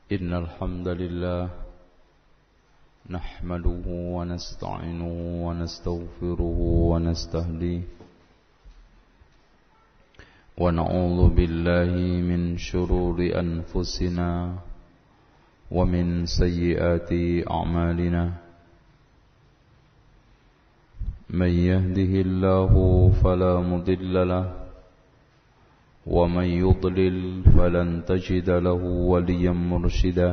إن الحمد لله نحمده ونستعينه ونستغفره ونستهديه ونعوذ بالله من شرور أنفسنا ومن سيئات أعمالنا من يهده الله فلا مضل له ومن يضلل فلن تجد له وليا مرشدا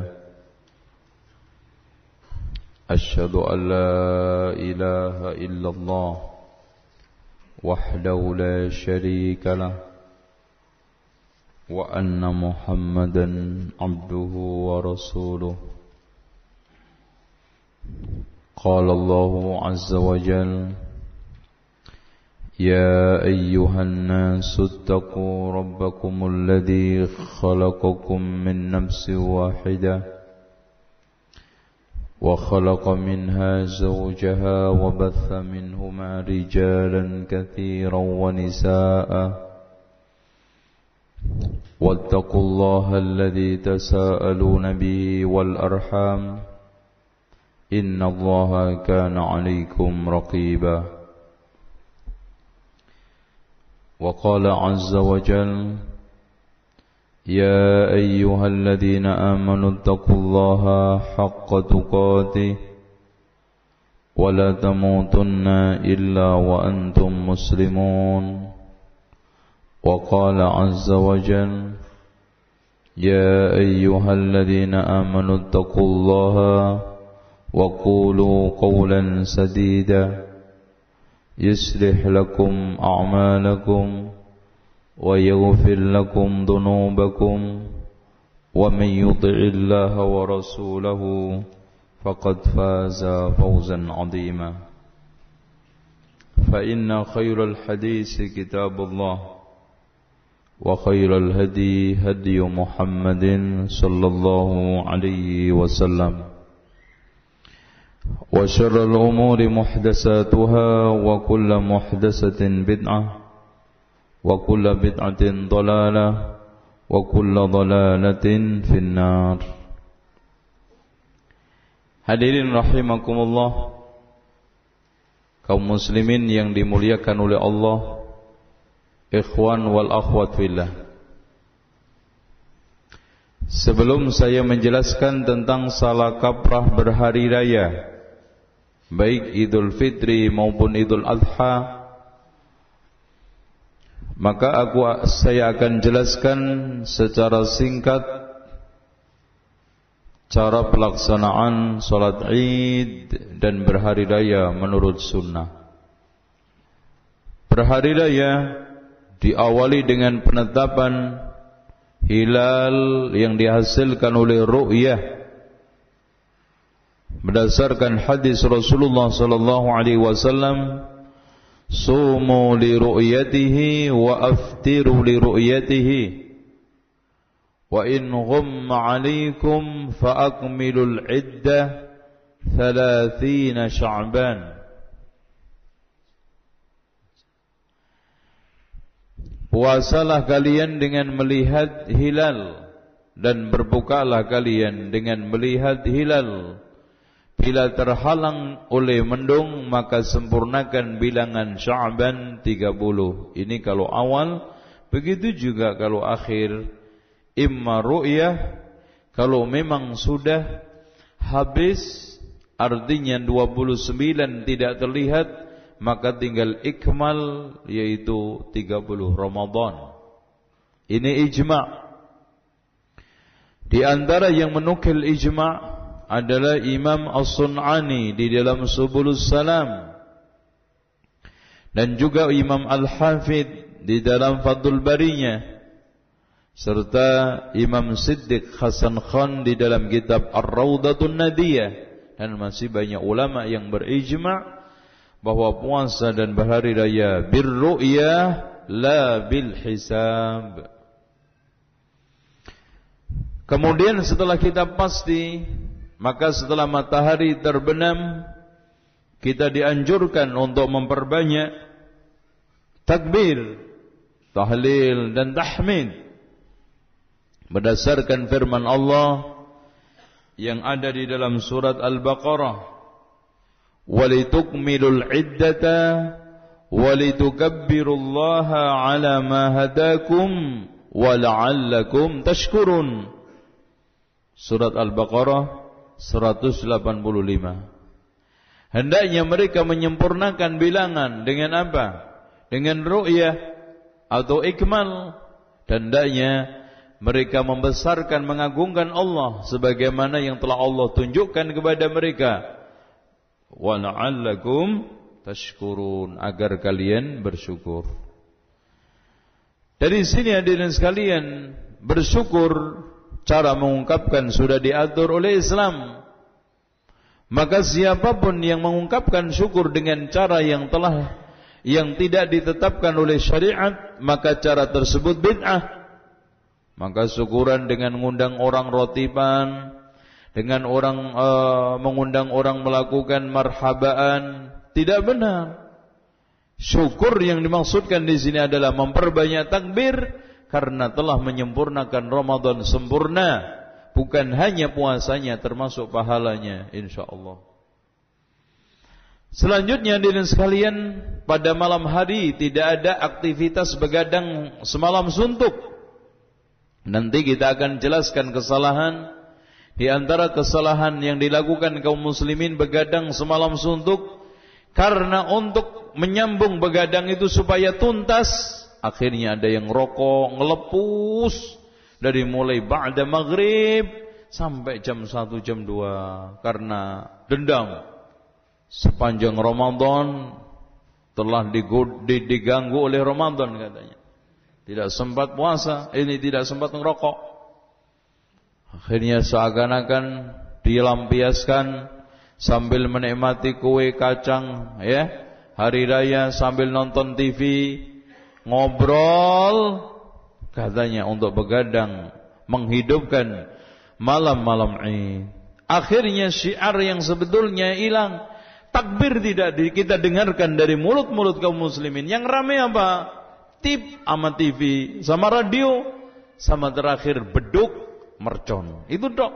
أشهد أن لا إله إلا الله وحده لا شريك له وأن محمدا عبده ورسوله قال الله عز وجل يا أيها الناس اتقوا ربكم الذي خلقكم من نفس واحدة وخلق منها زوجها وبث منهما رجالا كثيرا ونساء واتقوا الله الذي تساءلون به والأرحام إن الله كان عليكم رقيبا وقال عز وجل يا أيها الذين آمنوا اتقوا الله حق تقاته ولا تموتن إلا وأنتم مسلمون وقال عز وجل يا أيها الذين آمنوا اتقوا الله وقولوا قولا سديدا يصلح لكم أعمالكم ويغفر لكم ذنوبكم ومن يطع الله ورسوله فقد فاز فوزا عظيما فإن خير الحديث كتاب الله وخير الهدي هدي محمد صلى الله عليه وسلم وشر الأمور محدثاتها وكل محدثة بدعة وكل بدعة ضلالة وكل ضلالة في النار. Hadirin rahimakumullah, kaum muslimin yang dimuliakan oleh Allah, ikhwan wal akhwat fillah. Sebelum saya menjelaskan tentang salah kaprah berhari raya, baik Idul Fitri maupun Idul Adha, maka saya akan jelaskan secara singkat cara pelaksanaan salat Id dan berhari raya menurut sunnah. Berhari raya diawali dengan penetapan hilal yang dihasilkan oleh ru'yah berdasarkan hadis Rasulullah sallallahu alaihi wasallam, sumu li ru'yatihi wa aftiru li ru'yatihi wa in ghumma 'alaikum fa akmilul 'iddah 30 Sya'ban. Puasalah kalian dengan melihat hilal dan berbukalah kalian dengan melihat hilal. Bila terhalang oleh mendung maka sempurnakan bilangan Sya'ban 30. Ini kalau awal, begitu juga kalau akhir. Imma ru'yah, kalau memang sudah habis, artinya 29 tidak terlihat, maka tinggal ikmal, yaitu 30 Ramadan. Ini ijma'. Di antara yang menukil ijma' adalah Imam As-Sun'ani di dalam Subulus Salam, dan juga Imam Al-Hafidh di dalam Fathul Barinya, serta Imam Siddiq Hasan Khan di dalam kitab Ar-Rawdatun Nadiyah, dan masih banyak ulama yang berijma' bahwa puasa dan berhari raya birru'yah la bil hisab. Kemudian setelah kita pasti, maka setelah matahari terbenam, kita dianjurkan untuk memperbanyak takbir, tahlil dan tahmid berdasarkan firman Allah, yang ada di dalam surat Al-Baqarah, walitukmilul iddata walitukabbirullaha ala ma hadakum wala'allakum tashkurun. Surat Al-Baqarah 185. Hendaknya mereka menyempurnakan bilangan dengan apa? Dengan ru'yah atau ikmal. Dan hendaknya mereka membesarkan, mengagungkan Allah sebagaimana yang telah Allah tunjukkan kepada mereka. Wa la'allakum tashkurun, agar kalian bersyukur. Dari sini hadirin sekalian, bersyukur cara mengungkapkan sudah diatur oleh Islam. Maka siapapun yang mengungkapkan syukur dengan cara yang tidak ditetapkan oleh syariat, maka cara tersebut bid'ah. Maka syukuran dengan mengundang orang rotiban, dengan mengundang orang melakukan marhabaan, tidak benar. Syukur yang dimaksudkan di sini adalah memperbanyak takbir karena telah menyempurnakan Ramadan sempurna. Bukan hanya puasanya, termasuk pahalanya, insyaallah. Selanjutnya hadirin sekalian, pada malam hari tidak ada aktivitas begadang semalam suntuk. Nanti kita akan jelaskan kesalahan. Di antara kesalahan yang dilakukan kaum muslimin begadang semalam suntuk, karena untuk menyambung begadang itu supaya tuntas, akhirnya ada yang rokok, ngelepus dari mulai ba'da maghrib sampai jam 1, jam 2 karena dendam. Sepanjang Ramadan telah diganggu oleh Ramadan katanya. Tidak sempat puasa, ini tidak sempat ngerokok. Akhirnya seakan-akan dilampiaskan sambil menikmati kue kacang ya, hari raya sambil nonton TV, ngobrol katanya untuk begadang, menghidupkan malam-malam Id. Akhirnya syiar yang sebetulnya hilang. Takbir tidak kita dengarkan dari mulut-mulut kaum muslimin. Yang ramai apa? Tip sama TV, sama radio, sama terakhir beduk, mercon. Itu dok.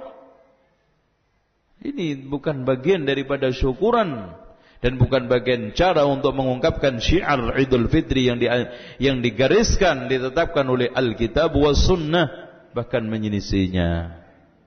Ini bukan bagian daripada syukuran. Dan bukan bagian cara untuk mengungkapkan syiar Idul Fitri yang digariskan, ditetapkan oleh Alkitab wa Sunnah, bahkan menyelisihinya.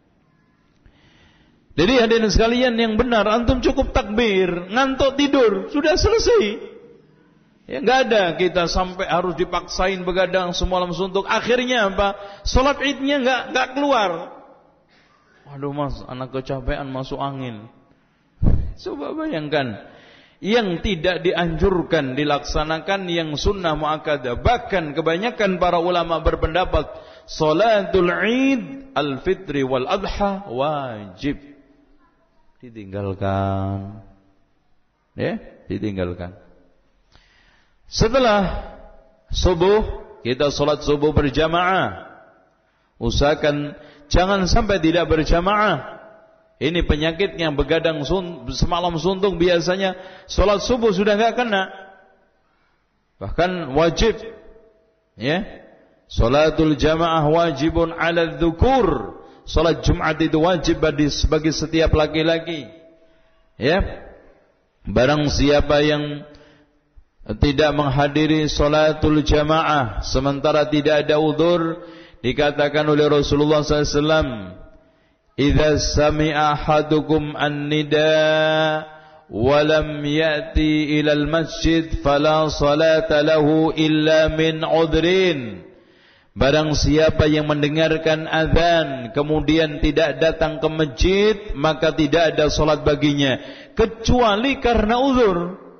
Jadi hadirin sekalian yang benar, antum cukup takbir, ngantuk tidur, sudah selesai. Ya enggak ada kita sampai harus dipaksain begadang semalam suntuk. Akhirnya apa? Salat Idnya enggak keluar. Waduh mas, anak kecapean masuk angin. Coba bayangkan. Yang tidak dianjurkan dilaksanakan yang sunnah muakkadah. Bahkan kebanyakan para ulama berpendapat salatul Id al-Fitri wal Adha wajib ditinggalkan. Ya, ditinggalkan. Setelah subuh kita salat subuh berjamaah. Usahakan jangan sampai tidak berjamaah. Ini penyakit yang begadang semalam suntuk, biasanya salat subuh sudah enggak kena. Bahkan wajib ya. Salatul jamaah wajibun 'ala dzukur. Salat Jumat itu wajib bagi setiap laki-laki. Ya. Barang siapa yang tidak menghadiri salatul jamaah sementara tidak ada uzur, dikatakan oleh Rasulullah SAW, idza sami'a ahadukum an-nidaa wa lam ya'ti ila al-masjid fala salata lahu illa min udhrin. Barang siapa yang mendengarkan azan kemudian tidak datang ke masjid, maka tidak ada salat baginya kecuali karena uzur.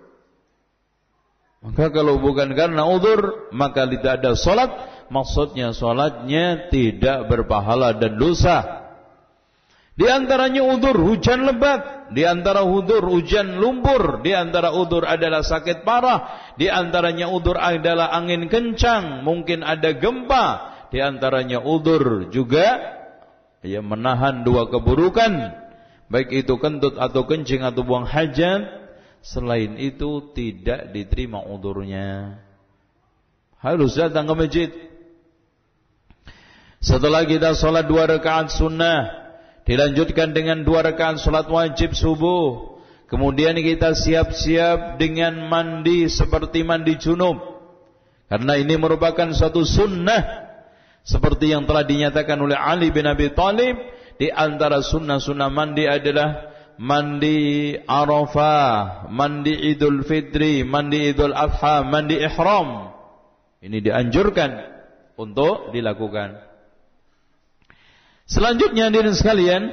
Maka kalau bukan karena uzur, maka tidak ada salat, maksudnya salatnya tidak berpahala dan dosa. Di antaranya udzur hujan lebat, di antara udzur hujan lumpur, di antara udzur adalah sakit parah, di antaranya udzur adalah angin kencang, mungkin ada gempa, di antaranya udzur juga ya menahan dua keburukan, baik itu kentut atau kencing atau buang hajat. Selain itu tidak diterima udzurnya. Harus datang ke masjid. Setelah kita salat 2 rakaat sunnah, dilanjutkan dengan 2 rakaat salat wajib subuh. Kemudian kita siap-siap dengan mandi seperti mandi junub, karena ini merupakan suatu sunnah, seperti yang telah dinyatakan oleh Ali bin Abi Thalib. Di antara sunnah-sunnah mandi adalah mandi Arafah, mandi Idul Fitri, mandi Idul Adha, mandi ihram. Ini dianjurkan untuk dilakukan. Selanjutnya hadirin sekalian,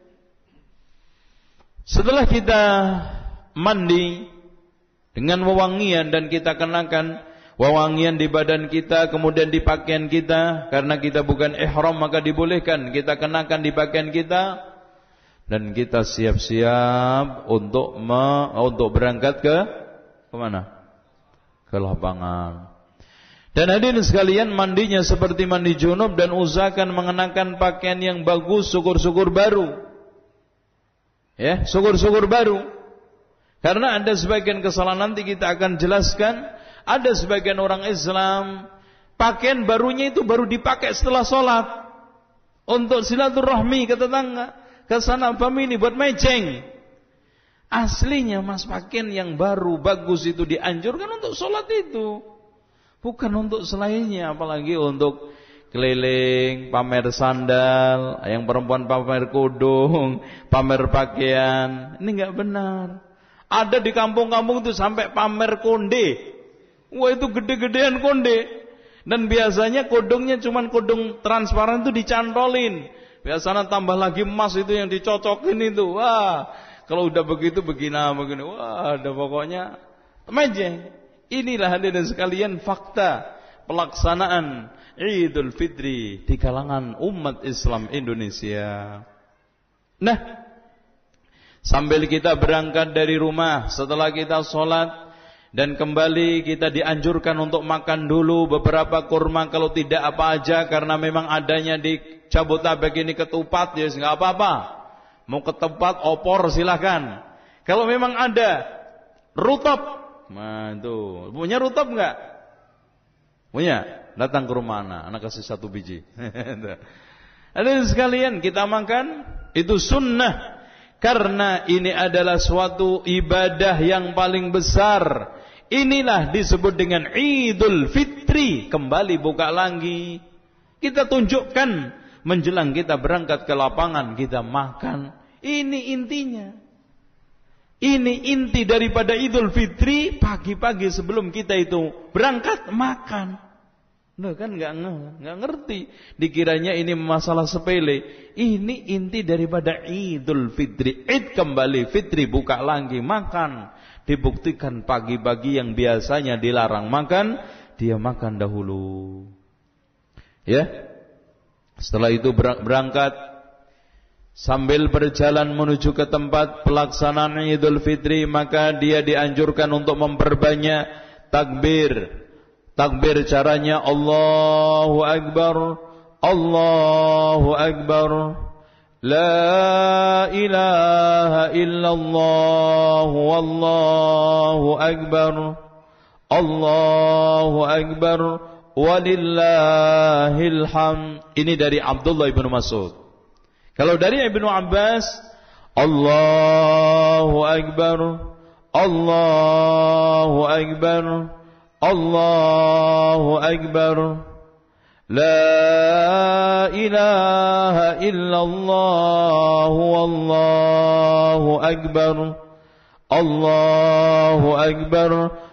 setelah kita mandi dengan wewangian dan kita kenakan wewangian di badan kita, kemudian di pakaian kita, karena kita bukan ihram maka dibolehkan kita kenakan di pakaian kita, dan kita siap-siap untuk berangkat ke mana? Ke lapangan. Dan hadirin sekalian, mandinya seperti mandi junub, dan usahakan mengenakan pakaian yang bagus, syukur-syukur baru. Ya, syukur-syukur baru. Karena ada sebagian kesalahan, nanti kita akan jelaskan. Ada sebagian orang Islam pakaian barunya itu baru dipakai setelah sholat untuk silaturahmi ke tetangga, ke sana family, buat mejeng. Aslinya mas, pakaian yang baru bagus itu dianjurkan untuk sholat itu, bukan untuk selainnya. Apalagi untuk keliling, pamer sandal, yang perempuan pamer kudung, pamer pakaian. Ini enggak benar. Ada di kampung-kampung itu sampai pamer konde. Wah, itu gede-gedean konde. Dan biasanya kudungnya cuman kudung transparan itu dicantolin. Biasanya tambah lagi emas itu yang dicocokin itu. Wah, kalau udah begitu begini. Wah, ada pokoknya mejeng. Inilah hadirin sekalian fakta pelaksanaan Idul Fitri di kalangan umat Islam Indonesia. Nah, sambil kita berangkat dari rumah, setelah kita sholat dan kembali, kita dianjurkan untuk makan dulu beberapa kurma. Kalau tidak apa aja, karena memang adanya di Jabodetabek ini ketupat, ya nggak apa-apa. Mau ketupat, opor silahkan. Kalau memang ada rutop, nah itu punya rutop nggak? Punya? Datang ke rumah anak kasih 1 biji. Hadirin sekalian, kita makan itu sunnah, karena ini adalah suatu ibadah yang paling besar. Inilah disebut dengan Idul Fitri. Kembali buka lagi, kita tunjukkan menjelang kita berangkat ke lapangan, kita makan. Ini intinya. Ini inti daripada Idul Fitri. Pagi-pagi sebelum kita itu berangkat makan. Loh, kan nggak ngerti. Dikiranya ini masalah sepele. Ini inti daripada Idul Fitri. Id kembali, Fitri buka lagi, makan. Dibuktikan pagi-pagi yang biasanya dilarang makan, dia makan dahulu. Ya. Setelah itu berangkat. Sambil berjalan menuju ke tempat pelaksanaan Idul Fitri, maka dia dianjurkan untuk memperbanyak takbir. Takbir caranya Allahu Akbar, Allahu Akbar, La ilaha illallah, Wallahu Akbar, Allahu Akbar, Walillahil hamd. Ini dari Abdullah ibn Mas'ud. Kalau dari Ibnu Abbas, Allahu Akbar, Allahu Akbar, Allahu Akbar, La ilaha illallah, Wallahu Akbar, Allahu Akbar,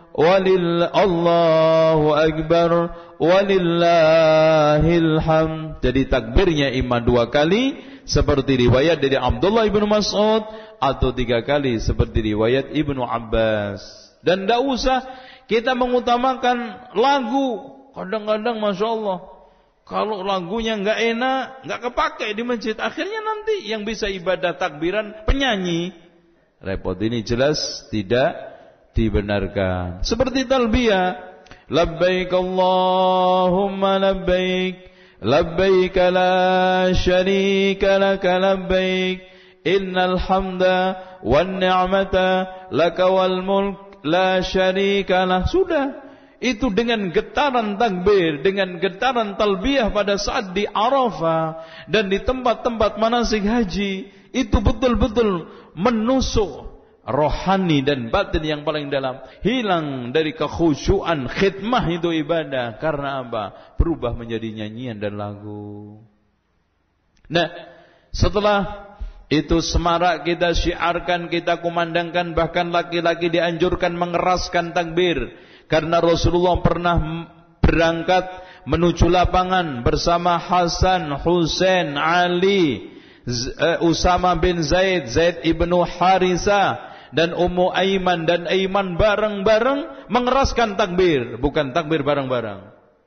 Allahu Akbar, Walillahil hamd. Jadi takbirnya imam 2 kali seperti riwayat dari Abdullah ibn Mas'ud, atau 3 kali seperti riwayat Ibnu Abbas. Dan tidak usah kita mengutamakan lagu. Kadang-kadang Masya Allah, kalau lagunya nggak enak, nggak kepakai di masjid, akhirnya nanti yang bisa ibadah takbiran penyanyi. Repot. Ini jelas tidak dibenarkan. Seperti talbiyah, labbaik Allahumma labbaik, labbaik la syarika laka labbaik, innal hamda wan ni'mata laka wal mulk la syarika lah. Sudah, itu dengan getaran takbir, dengan getaran talbiyah pada saat di Arafah dan di tempat-tempat manasik haji, itu betul-betul menusuk rohani dan batin yang paling dalam. Hilang dari kekhusyuan khidmah itu ibadah. Karena apa? Berubah menjadi nyanyian dan lagu. Nah, setelah itu semarak kita syiarkan, kita kumandangkan, bahkan laki-laki dianjurkan mengeraskan takbir. Karena Rasulullah pernah berangkat menuju lapangan bersama Hasan, Husain, Ali, Usama bin Zaid, Zaid ibnu Harisah, dan Ummu Aiman dan Aiman bareng-bareng mengeraskan takbir, bukan takbir bareng-bareng.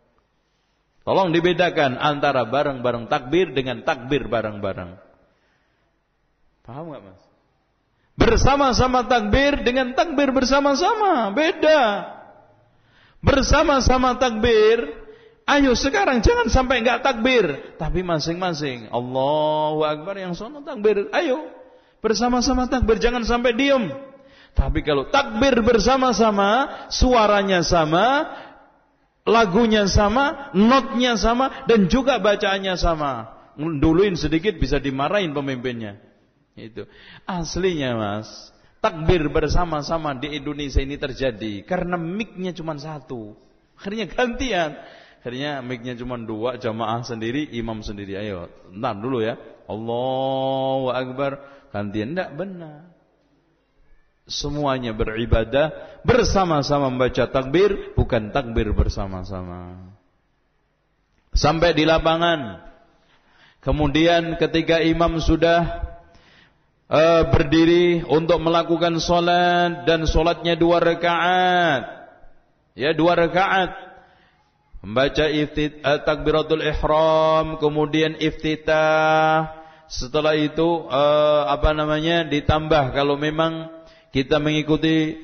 Tolong dibedakan antara bareng-bareng takbir dengan takbir bareng-bareng. Paham enggak, Mas? Bersama-sama takbir dengan takbir bersama-sama, beda. Bersama-sama takbir, ayo sekarang jangan sampai enggak takbir, tapi masing-masing Allahu Akbar, yang sono takbir, ayo bersama-sama takbir, jangan sampai diem. Tapi kalau takbir bersama-sama, suaranya sama, lagunya sama, notnya sama, dan juga bacaannya sama. Duluin sedikit bisa dimarahin pemimpinnya. Itu aslinya, Mas. Takbir bersama-sama di Indonesia ini terjadi karena mic-nya cuma satu. Akhirnya gantian. Akhirnya mic-nya cuma dua, jamaah sendiri, imam sendiri. Ayo, ntar dulu ya. Allahu Akbar. Gantian, tidak benar. Semuanya beribadah bersama-sama membaca takbir, bukan takbir bersama-sama. Sampai di lapangan. Kemudian ketika imam sudah berdiri untuk melakukan solat, dan solatnya 2 rakaat, ya 2 rakaat, membaca takbiratul ihram, kemudian iftitah. Setelah itu ditambah kalau memang kita mengikuti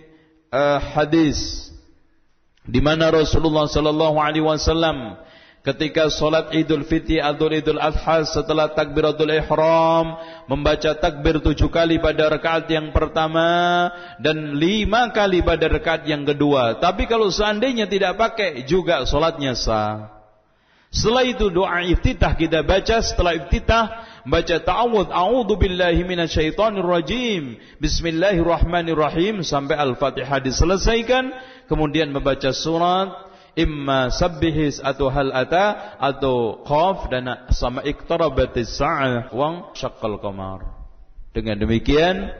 hadis di mana Rasulullah sallallahu alaihi wasallam ketika salat Idul Fitri atau Idul Adha, setelah takbiratul ihram membaca takbir 7 kali pada rakaat yang pertama dan 5 kali pada rakaat yang kedua. Tapi kalau seandainya tidak pakai juga salatnya sah. Setelah itu doa iftitah kita baca. Setelah iftitah baca ta'awudz, a'udzu billahi minasyaitonir rajim, bismillahirrahmanirrahim sampai Al-Fatihah diselesaikan. Kemudian membaca surat imma sabbihis atau hal ata atau qaf dan sama iqtarabatis sa'ah wa syaqqal qamar. Dengan demikian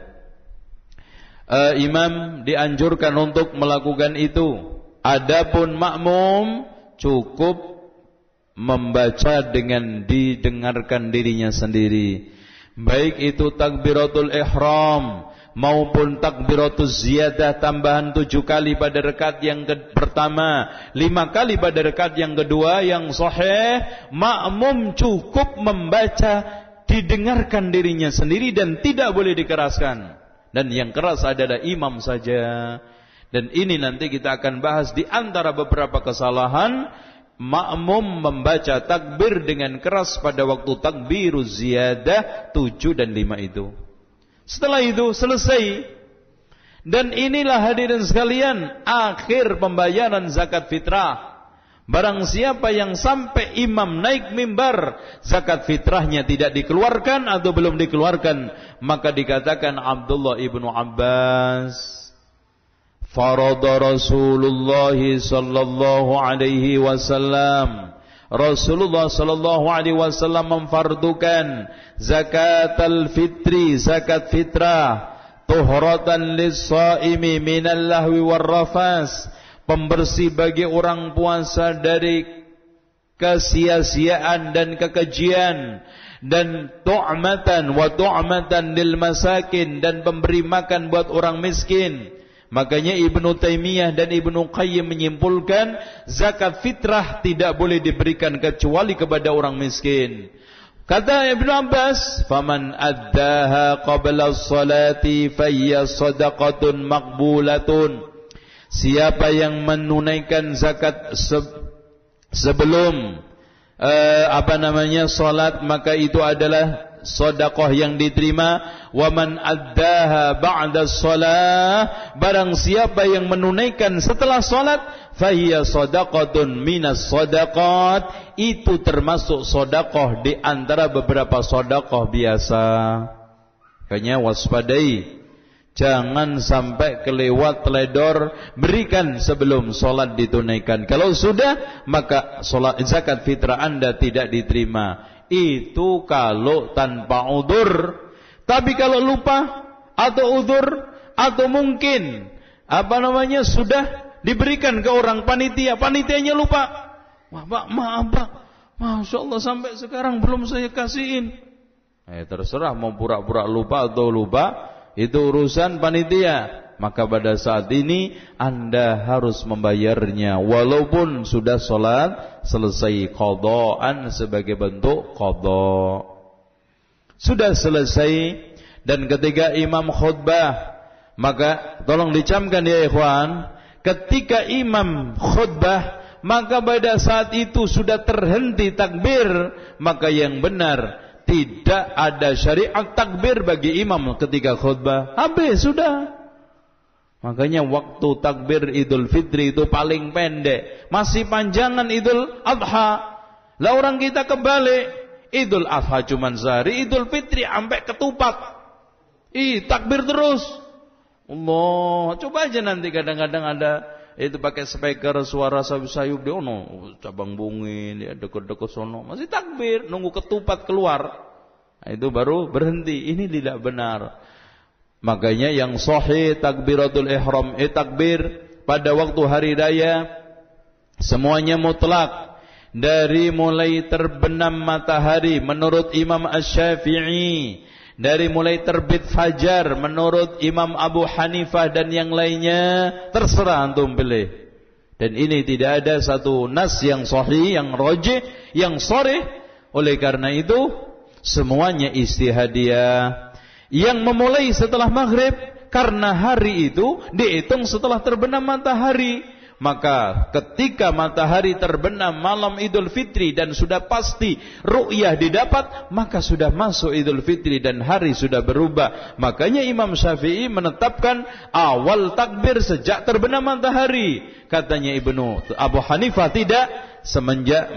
imam dianjurkan untuk melakukan itu. Adapun makmum cukup membaca dengan didengarkan dirinya sendiri, baik itu takbiratul ihram maupun takbiratus ziyadah tambahan 7 kali pada rakaat yang pertama, 5 kali pada rakaat yang kedua. Yang sahih makmum cukup membaca didengarkan dirinya sendiri dan tidak boleh dikeraskan, dan yang keras adalah imam saja. Dan ini nanti kita akan bahas di antara beberapa kesalahan makmum membaca takbir dengan keras pada waktu takbiruz ziyadah 7 dan 5 itu. Setelah itu selesai. Dan inilah hadirin sekalian akhir pembayaran zakat fitrah. Barang siapa yang sampai imam naik mimbar zakat fitrahnya tidak dikeluarkan atau belum dikeluarkan, maka dikatakan Abdullah ibnu Abbas, farada Rasulullah sallallahu alaihi wasallam, Rasulullah sallallahu alaihi wasallam memfardukan zakatul fitri, zakat fitrah, tuhratan lis-shaimi minal lahwi war rafas, pembersih bagi orang puasa dari kesia-siaan dan kekejian, dan tu'matan wa tu'matan lil masakin, dan pemberi makan buat orang miskin. Makanya Ibnu Taimiyah dan Ibnu Qayyim menyimpulkan zakat fitrah tidak boleh diberikan kecuali kepada orang miskin. Kata Ibnu Abbas, "Faman addaha qabla as-salati fayya shadaqatun maqbulatun." Siapa yang menunaikan zakat sebelum salat, maka itu adalah sedekah yang diterima. Wa man addaha ba'da shalah, barang siapa yang menunaikan setelah salat, fahiya shadaqatun minas shadaqat, itu termasuk sedekah di antara beberapa sedekah biasa. Makanya waspadai, jangan sampai kelewat teledor, berikan sebelum solat ditunaikan. Kalau sudah, maka solat zakat fitrah Anda tidak diterima. Itu kalau tanpa udzur. Tapi kalau lupa atau udzur, atau mungkin sudah diberikan ke orang panitia, panitianya lupa. Wah, Pak, maaf Pak, Masya Allah sampai sekarang belum saya kasihin. Terserah mau pura-pura lupa atau lupa, itu urusan panitia. Maka pada saat ini Anda harus membayarnya walaupun sudah sholat selesai, qadhaan sebagai bentuk qadha. Sudah selesai, dan ketika imam khutbah, maka tolong dicamkan ya ikhwan, ketika imam khutbah, maka pada saat itu sudah terhenti takbir, maka yang benar tidak ada syariat takbir bagi imam ketika khutbah. Habis sudah. Makanya waktu takbir Idul Fitri itu paling pendek. Masih panjangan Idul Adha. Lah orang kita kebalik. Idul Adha cuma sehari, Idul Fitri sampai ketupat. Takbir terus. Allah, coba aja nanti kadang-kadang ada itu pakai speaker suara sayup-sayup dia cabang bungin dia deket-deket sono masih takbir nunggu ketupat keluar. Nah, itu baru berhenti. Ini tidak benar. Makanya yang sahih takbiratul ihram, takbir pada waktu hari raya semuanya mutlak dari mulai terbenam matahari menurut Imam Asy-Syafi'i, dari mulai terbit fajar menurut Imam Abu Hanifah dan yang lainnya, terserah antum pilih. Dan ini tidak ada satu nas yang sahih, yang rajih, yang sharih. Oleh karena itu semuanya istihadiyah. Yang memulai setelah maghrib, karena hari itu dihitung setelah terbenam matahari. Maka ketika matahari terbenam malam Idul Fitri dan sudah pasti ru'yah didapat, maka sudah masuk Idul Fitri dan hari sudah berubah. Makanya Imam Syafi'i menetapkan awal takbir sejak terbenam matahari. Katanya Ibnu Abu Hanifah tidak, semenjak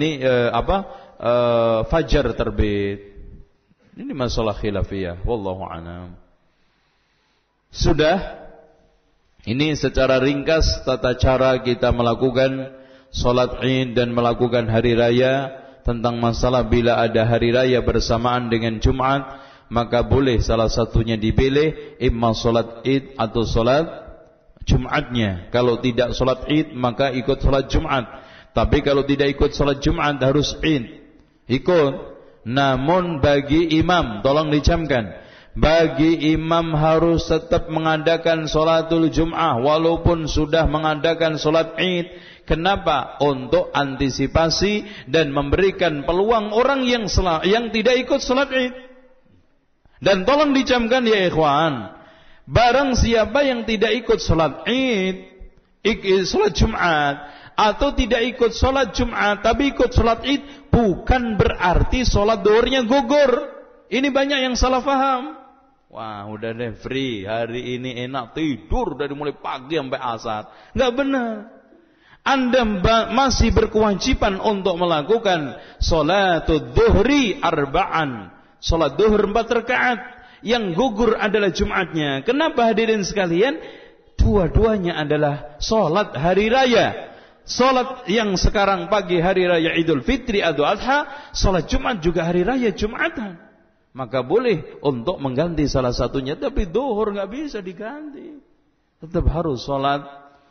fajar terbit. Ini masalah khilafiyah, wallahu a'lam. Sudah. Ini secara ringkas tata cara kita melakukan salat Id dan melakukan hari raya. Tentang masalah bila ada hari raya bersamaan dengan Jumat, maka boleh salah satunya dipilih, imma salat Id atau salat Jumatnya. Kalau tidak salat Id, maka ikut salat Jumat. Tapi kalau tidak ikut salat Jumat, harus Id. Ikut. Namun bagi imam, tolong dicamkan, bagi imam harus tetap mengadakan sholatul Jum'ah walaupun sudah mengadakan sholat Id. Kenapa? Untuk antisipasi dan memberikan peluang orang yang tidak ikut sholat Id. Dan tolong dicamkan ya ikhwan, barang siapa yang tidak ikut sholat Id, sholat Jumat, atau tidak ikut sholat Jumat tapi ikut sholat Id, bukan berarti sholat duhurnya gugur. Ini banyak yang salah faham. Wah, udah deh free, hari ini enak tidur dari mulai pagi sampai asar. Enggak benar. Anda masih berkewajiban untuk melakukan sholatul duhri arba'an. Sholat duhur 4 rakaat. Yang gugur adalah Jumatnya. Kenapa hadirin sekalian? Dua-duanya adalah sholat hari raya. Sholat yang sekarang pagi hari raya Idul Fitri atau Adha, sholat Jumat juga hari raya Jumatan. Maka boleh untuk mengganti salah satunya, tapi duhur nggak bisa diganti. Tetap harus sholat.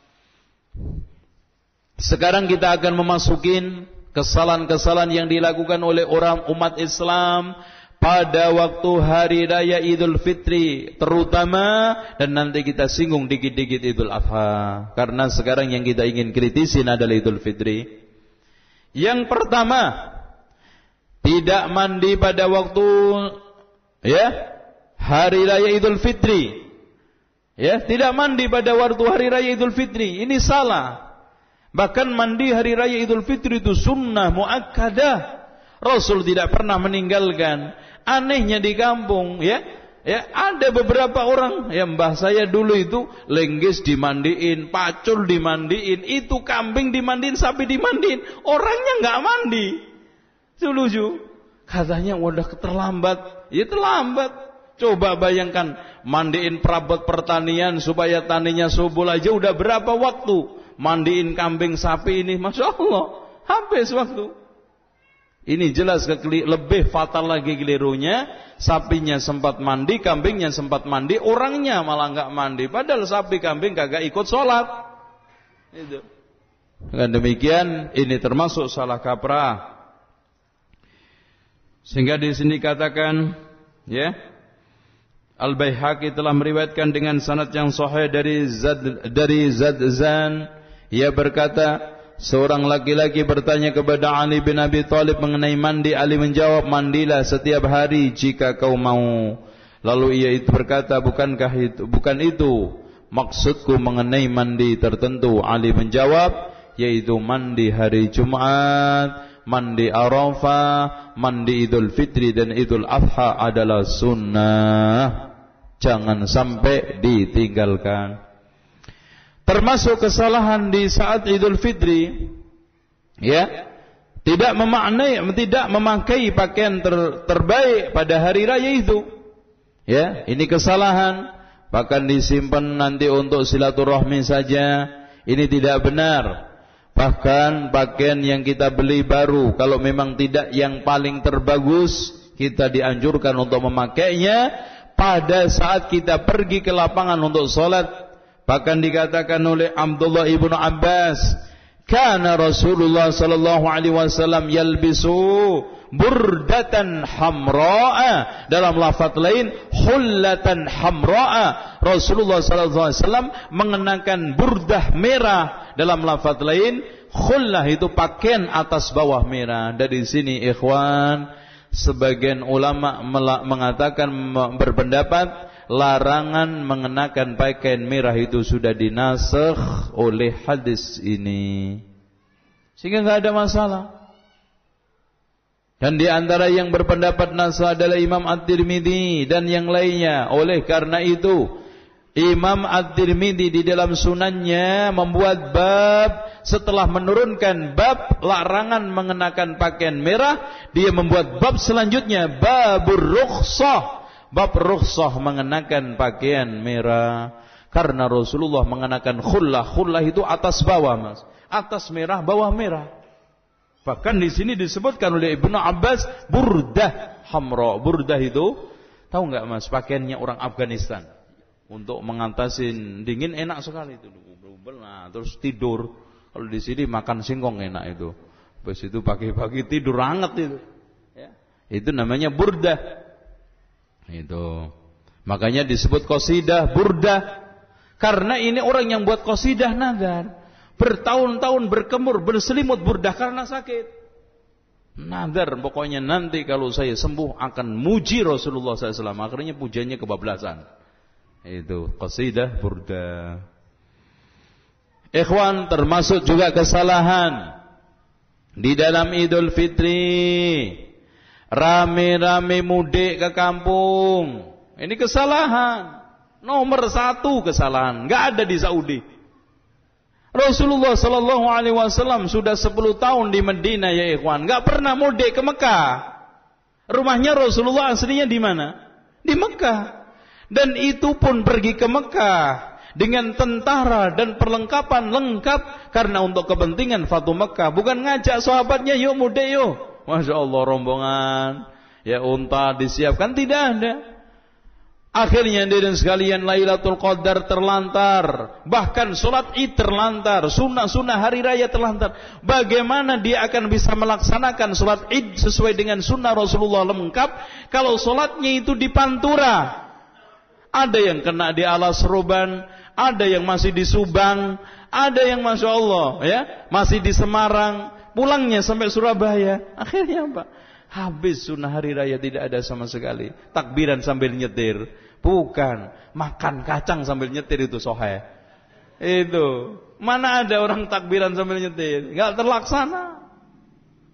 Sekarang kita akan memasukin kesalahan-kesalahan yang dilakukan oleh orang umat Islam pada waktu hari raya Idul Fitri terutama, dan nanti kita singgung dikit-dikit Idul Adha. Karena sekarang yang kita ingin kritisin adalah Idul Fitri. Yang pertama, tidak mandi pada waktu hari raya Idul Fitri. Tidak mandi pada waktu hari raya Idul Fitri. Ini salah. Bahkan mandi hari raya Idul Fitri itu sunnah muakkadah. Rasul tidak pernah meninggalkan. Anehnya di kampung, ya ada beberapa orang, ya mbah saya dulu itu lenggis dimandiin, pacul dimandiin, itu kambing dimandiin, sapi dimandiin, orangnya nggak mandi. Seluju, katanya udah terlambat, ya terlambat. Coba bayangkan mandiin perabot pertanian supaya taninya subur aja udah berapa waktu? Mandiin kambing sapi ini, masya Allah, habis waktu. Ini jelas lebih fatal lagi kelirunya. Sapinya sempat mandi, kambingnya sempat mandi, orangnya malah nggak mandi. Padahal sapi kambing kagak ikut sholat. Itu. Dengan demikian ini termasuk salah kaprah. Sehingga di sini katakan, ya, Al-Baihaqi telah meriwayatkan dengan sanad yang sahih dari Zadzan. Ia berkata, seorang laki-laki bertanya kepada Ali bin Abi Thalib mengenai mandi. Ali menjawab, mandilah setiap hari jika kau mau. Lalu ia itu berkata, bukan itu maksudku mengenai mandi tertentu. Ali menjawab, yaitu mandi hari Jumat, mandi Arafah, mandi Idul Fitri dan Idul Adha adalah sunnah. Jangan sampai ditinggalkan. Termasuk kesalahan di saat Idul Fitri, ya, tidak memakai pakaian terbaik pada hari raya itu. Ya, ini kesalahan. Bahkan disimpan nanti untuk silaturahmi saja. Ini tidak benar. Bahkan pakaian yang kita beli baru, kalau memang tidak yang paling terbagus, kita dianjurkan untuk memakainya pada saat kita pergi ke lapangan untuk sholat. Bahkan dikatakan oleh Abdullah ibnu Abbas, kana Rasulullah sallallahu alaihi wasallam yalbisu burdatan hamra'a, dalam lafaz lain hullatan hamra'a. Rasulullah sallallahu alaihi wasallam mengenakan burdah merah, dalam lafaz lain khullah itu pakaian atas bawah merah. Dari sini ikhwan, sebagian ulama mengatakan, berpendapat larangan mengenakan pakaian merah itu sudah dinasakh oleh hadis ini, sehingga enggak ada masalah. Dan di antara yang berpendapat nasakh adalah Imam At-Tirmidzi dan yang lainnya. Oleh karena itu, Imam At-Tirmidzi di dalam sunannya membuat bab, setelah menurunkan bab larangan mengenakan pakaian merah, dia membuat bab selanjutnya, babur rukhsah, bab rukhsah mengenakan pakaian merah. Karena Rasulullah mengenakan khullah. Khullah itu atas bawah, Mas. Atas merah, bawah merah. Bahkan di sini disebutkan oleh Ibnu Abbas burdah hamra. Burdah itu, tahu enggak Mas, pakaiannya orang Afghanistan. Untuk mengatasi dingin enak sekali itu. Nah, terus tidur. Kalau di sini makan singkong enak itu. Habis itu pagi-pagi tidur hangat itu. Ya. Itu namanya burdah. Itu. Makanya disebut qasidah burdah. Karena ini orang yang buat qasidah nazar. Bertahun-tahun berkemur, berselimut burdah karena sakit. Nazar, pokoknya nanti kalau saya sembuh akan muji Rasulullah SAW. Akhirnya pujiannya kebablasan. Itu qasidah burdah. Ikhwan, termasuk juga kesalahan di dalam Idul Fitri, rame-rame mudik ke kampung. Ini kesalahan nomor 1, kesalahan. Nggak ada di Saudi. Rasulullah Sallallahu Alaihi Wasallam sudah 10 tahun di Medina, ya ikhwan, nggak pernah mudik ke Mekah. Rumahnya Rasulullah aslinya di mana? Di Mekah. Dan itu pun pergi ke Mekah dengan tentara dan perlengkapan lengkap karena untuk kepentingan Fatu Mekah, bukan ngajak sahabatnya yuk mudik yuk. Masya Allah, rombongan, ya unta disiapkan, tidak ada. Akhirnya hadirin sekalian, Lailatul Qadar terlantar, bahkan sholat Id terlantar, sunnah-sunnah hari raya terlantar. Bagaimana dia akan bisa melaksanakan sholat Id sesuai dengan sunnah Rasulullah lengkap kalau sholatnya itu di Pantura? Ada yang kena di Alas Roban, ada yang masih di Subang, ada yang Masya Allah ya masih di Semarang, pulangnya sampai Surabaya. Akhirnya apa? Habis sunnah hari raya, tidak ada sama sekali. Takbiran sambil nyetir, bukan makan kacang sambil nyetir, itu soheh. Itu mana ada orang takbiran sambil nyetir, nggak terlaksana.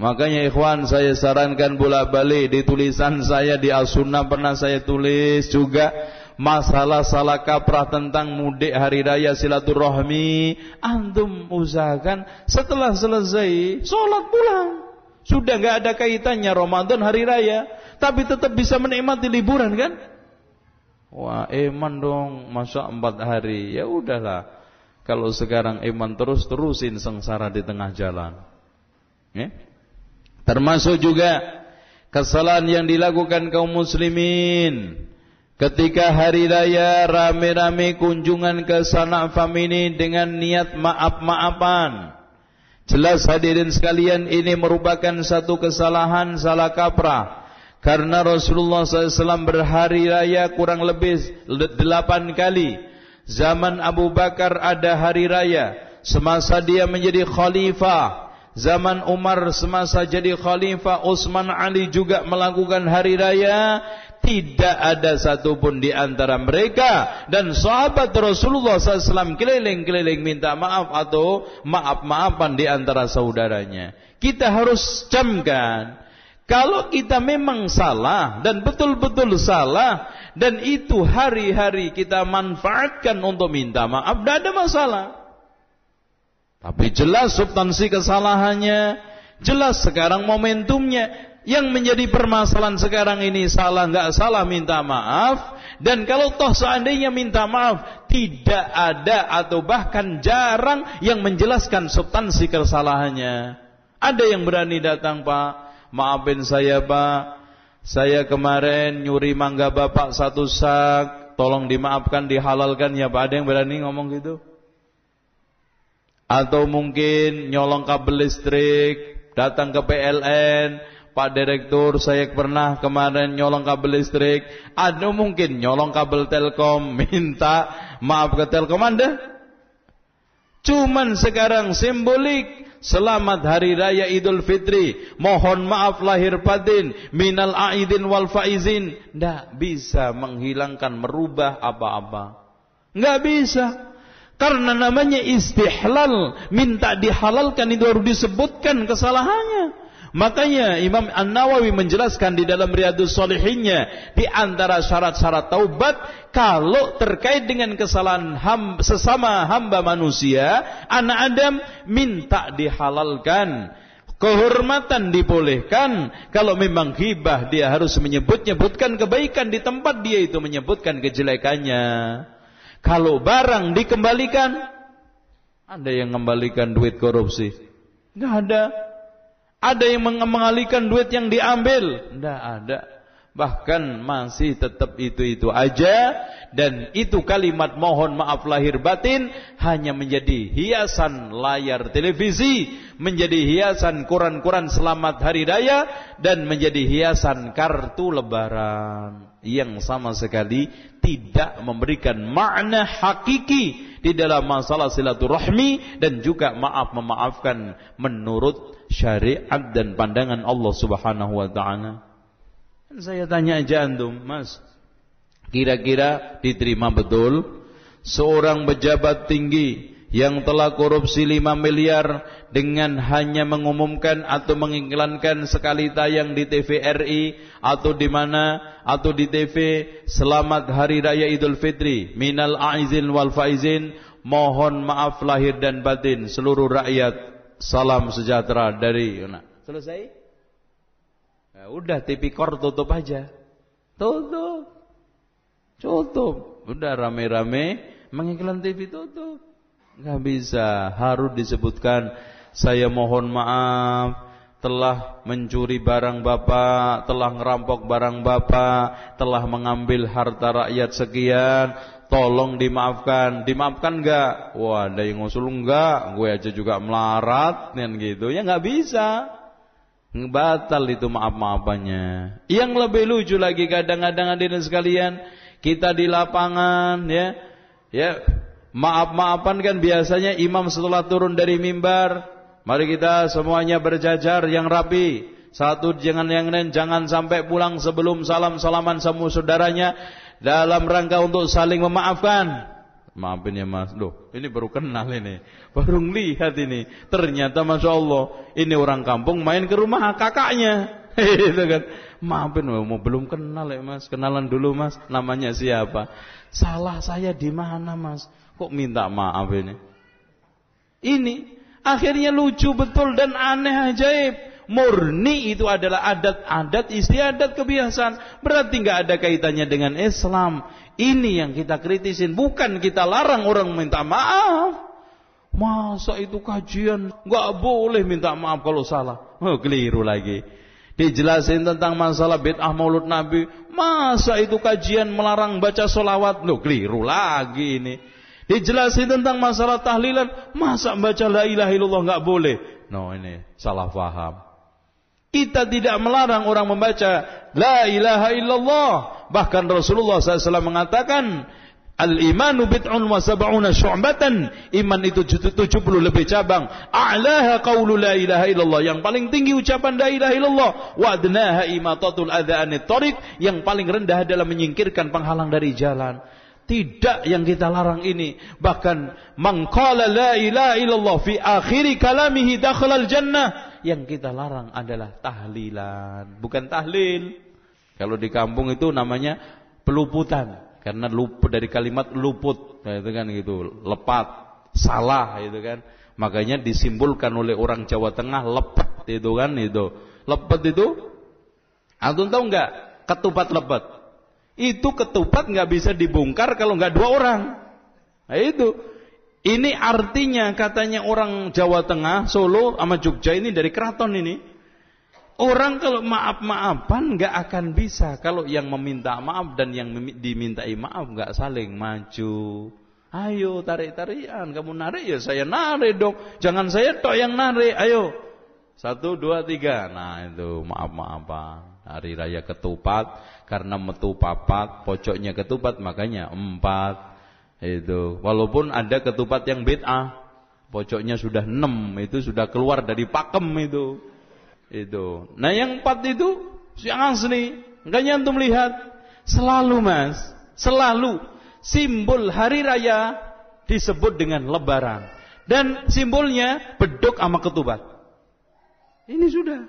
Makanya ikhwan, saya sarankan bolak-balik di tulisan saya di As-Sunnah pernah saya tulis juga masalah salah kaprah tentang mudik hari raya silaturahmi. Antum usahakan setelah selesai sholat pulang. Sudah enggak ada kaitannya Ramadan hari raya, tapi tetap bisa menikmati liburan kan? Wah, eman dong, masa 4 hari. Ya udahlah. Kalau sekarang eman terusin sengsara di tengah jalan. Ya? Termasuk juga kesalahan yang dilakukan kaum muslimin ketika hari raya rame-rame kunjungan ke sanak famili dengan niat maaf-maafan. Jelas hadirin sekalian, ini merupakan satu kesalahan, salah kaprah. Karena Rasulullah SAW berhari raya kurang lebih 8 kali. Zaman Abu Bakar ada hari raya semasa dia menjadi khalifah. Zaman Umar semasa jadi khalifah, Utsman, Ali juga melakukan hari raya. Tidak ada satupun di antara mereka dan sahabat Rasulullah SAW keliling-keliling minta maaf atau maaf-maafan di antara saudaranya. Kita harus camkan, kalau kita memang salah dan betul-betul salah, dan itu hari-hari kita manfaatkan untuk minta maaf, tidak ada masalah. Tapi jelas substansi kesalahannya, jelas sekarang momentumnya. Yang menjadi permasalahan sekarang ini salah nggak salah minta maaf, dan kalau toh seandainya minta maaf tidak ada atau bahkan jarang yang menjelaskan substansi kesalahannya. Ada yang berani datang, Pak, maafin saya Pak, saya kemarin nyuri mangga Bapak 1 sak, tolong dimaafkan, dihalalkan ya Pak. Ada yang berani ngomong gitu? Atau mungkin nyolong kabel listrik, datang ke PLN, Pak Direktur, saya pernah kemarin nyolong kabel listrik. Ada mungkin nyolong kabel Telkom, minta maaf ke Telkom Anda. Cuman sekarang simbolik, selamat hari raya Idul Fitri, mohon maaf lahir batin, minal aidin wal faizin. Tidak bisa menghilangkan, merubah apa-apa. Nggak bisa. Karena namanya istihlal, minta dihalalkan itu harus disebutkan kesalahannya. Makanya Imam An-Nawawi menjelaskan di dalam Riyadhus Shalihinnya, di antara syarat-syarat taubat, kalau terkait dengan kesalahan sesama hamba manusia, anak Adam, minta dihalalkan. Kehormatan dibolehkan. Kalau memang ghibah, dia harus menyebutkan kebaikan di tempat dia itu menyebutkan kejelekannya. Kalau barang dikembalikan, ada yang mengembalikan duit korupsi? Nggak ada. Ada yang mengalihkan duit yang diambil? Tidak ada. Bahkan masih tetap itu-itu aja. Dan itu kalimat mohon maaf lahir batin hanya menjadi hiasan layar televisi, menjadi hiasan koran-koran selamat hari raya, dan menjadi hiasan kartu lebaran yang sama sekali tidak memberikan makna hakiki di dalam masalah silaturahmi dan juga maaf-memaafkan menurut syariat dan pandangan Allah Subhanahu wa taala. Saya tanya aja antum, Mas, kira-kira diterima betul seorang pejabat tinggi yang telah korupsi 5 miliar dengan hanya mengumumkan atau mengiklankan sekali tayang di TVRI atau di mana atau di TV, selamat hari raya Idul Fitri, minal aizin wal faizin, mohon maaf lahir dan batin seluruh rakyat, salam sejahtera dari. Nah, selesai? Nah, udah tipikor tutup aja. Tutup. Udah rame-rame mengiklan TV tutup. Nggak bisa, harus disebutkan saya mohon maaf telah mencuri barang Bapak, telah ngerampok barang Bapak, telah mengambil harta rakyat sekian, tolong dimaafkan. Dimaafkan enggak? Wah, ada yang ngusul enggak, gue aja juga melarat kan gitu. Ya enggak bisa. Batal itu maaf-maafannya. Yang lebih lucu lagi kadang-kadang hadirin sekalian, kita di lapangan ya maaf-maafan kan biasanya imam setelah turun dari mimbar, mari kita semuanya berjajar yang rapi. Satu jangan yang lain jangan sampai pulang sebelum salam-salaman sama saudaranya dalam rangka untuk saling memaafkan. Maafin ya mas, loh ini baru kenal ini, baru lihat ini, ternyata Masya Allah, ini orang kampung main ke rumah kakaknya, itu kan, maafin, mau belum kenal ya mas, kenalan dulu mas, namanya siapa, salah saya di mana mas, kok minta maaf ini akhirnya lucu betul dan aneh ajaib. Murni itu adalah adat-adat istiadat kebiasaan, berarti nggak ada kaitannya dengan Islam. Ini yang kita kritisin, bukan kita larang orang minta maaf. Masa itu kajian nggak boleh minta maaf kalau salah? Oh, keliru lagi. Dijelasin tentang masalah bid'ah maulud Nabi, masa itu kajian melarang baca sholawat? Loh, keliru lagi ini. Dijelasin tentang masalah tahlilan, masa baca la ilaha illallah nggak boleh? No, ini salah paham. Kita tidak melarang orang membaca la ilaha illallah. Bahkan Rasulullah SAW mengatakan, al-imanu bid'un wa sab'una syu'batan. Iman itu 70 lebih cabang. A'laha qawlu la ilaha illallah. Yang paling tinggi ucapan la ilaha illallah. Wa adnaha imatatul adha anit tariq. Yang paling rendah adalah menyingkirkan penghalang dari jalan. Tidak yang kita larang ini. Bahkan man qala la ilaha illallah fi akhiri kalamihi dakhala al-jannah. Yang kita larang adalah tahlilan, bukan tahlil. Kalau di kampung itu namanya peluputan, karena luput dari kalimat luput, nah, itu kan gitu, lepat, salah, itu kan. Makanya disimbolkan oleh orang Jawa Tengah lepet, itu kan itu. Lepet itu, antum tahu nggak? Ketupat lepet. Itu ketupat nggak bisa dibongkar kalau nggak dua orang. Nah itu. Ini artinya katanya orang Jawa Tengah, Solo sama Jogja ini dari keraton ini. Orang kalau maaf-maafan nggak akan bisa kalau yang meminta maaf dan yang dimintai maaf nggak saling maju. Ayo tarik-tarian, kamu narik ya saya narik dong. Jangan saya tok yang narik. Ayo 1, 2, 3. Nah itu maaf-maafan. Hari raya ketupat karena metu papat, pojoknya ketupat makanya 4. Itu walaupun ada ketupat yang bid'ah, pojoknya sudah 6, itu sudah keluar dari pakem itu. Nah yang 4 itu yang asli. Enggaknya antum lihat selalu mas, selalu simbol hari raya disebut dengan lebaran dan simbolnya beduk sama ketupat. Ini sudah.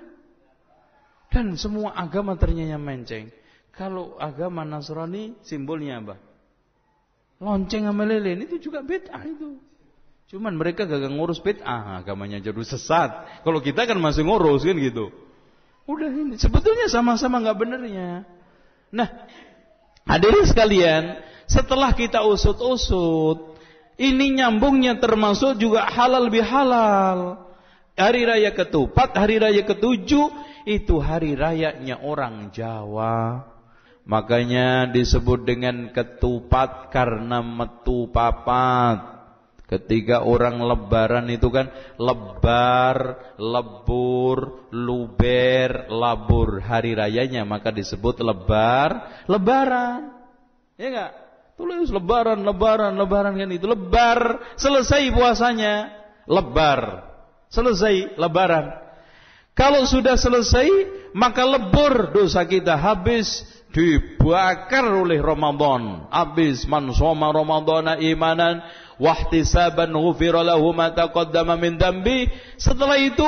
Dan semua agama ternyata menceng. Kalau agama Nasrani simbolnya apa? Lonceng sama lilin itu juga bid'ah itu. Cuman mereka gak ngurus bid'ah, agamanya jadi sesat. Kalau kita kan masih ngurus kan gitu. Udah ini sebetulnya sama-sama gak benernya. Nah, hadirin sekalian, setelah kita usut-usut, ini nyambungnya termasuk juga halal bihalal. Hari raya ketupat, hari raya ketujuh itu hari rayanya orang Jawa. Makanya disebut dengan ketupat karena metu papat. Ketika orang lebaran itu kan lebar, lebur, luber, labur. Hari rayanya maka disebut lebaran. Ya enggak? Tulis lebaran kan itu. Lebar, selesai puasanya. Lebar, selesai lebaran. Kalau sudah selesai maka lebur, dosa kita habis. Dibakar oleh Ramadan. Habis man shoma ramadhana imanan wahtisaban ghufira lahu ma taqaddama min dambi. Setelah itu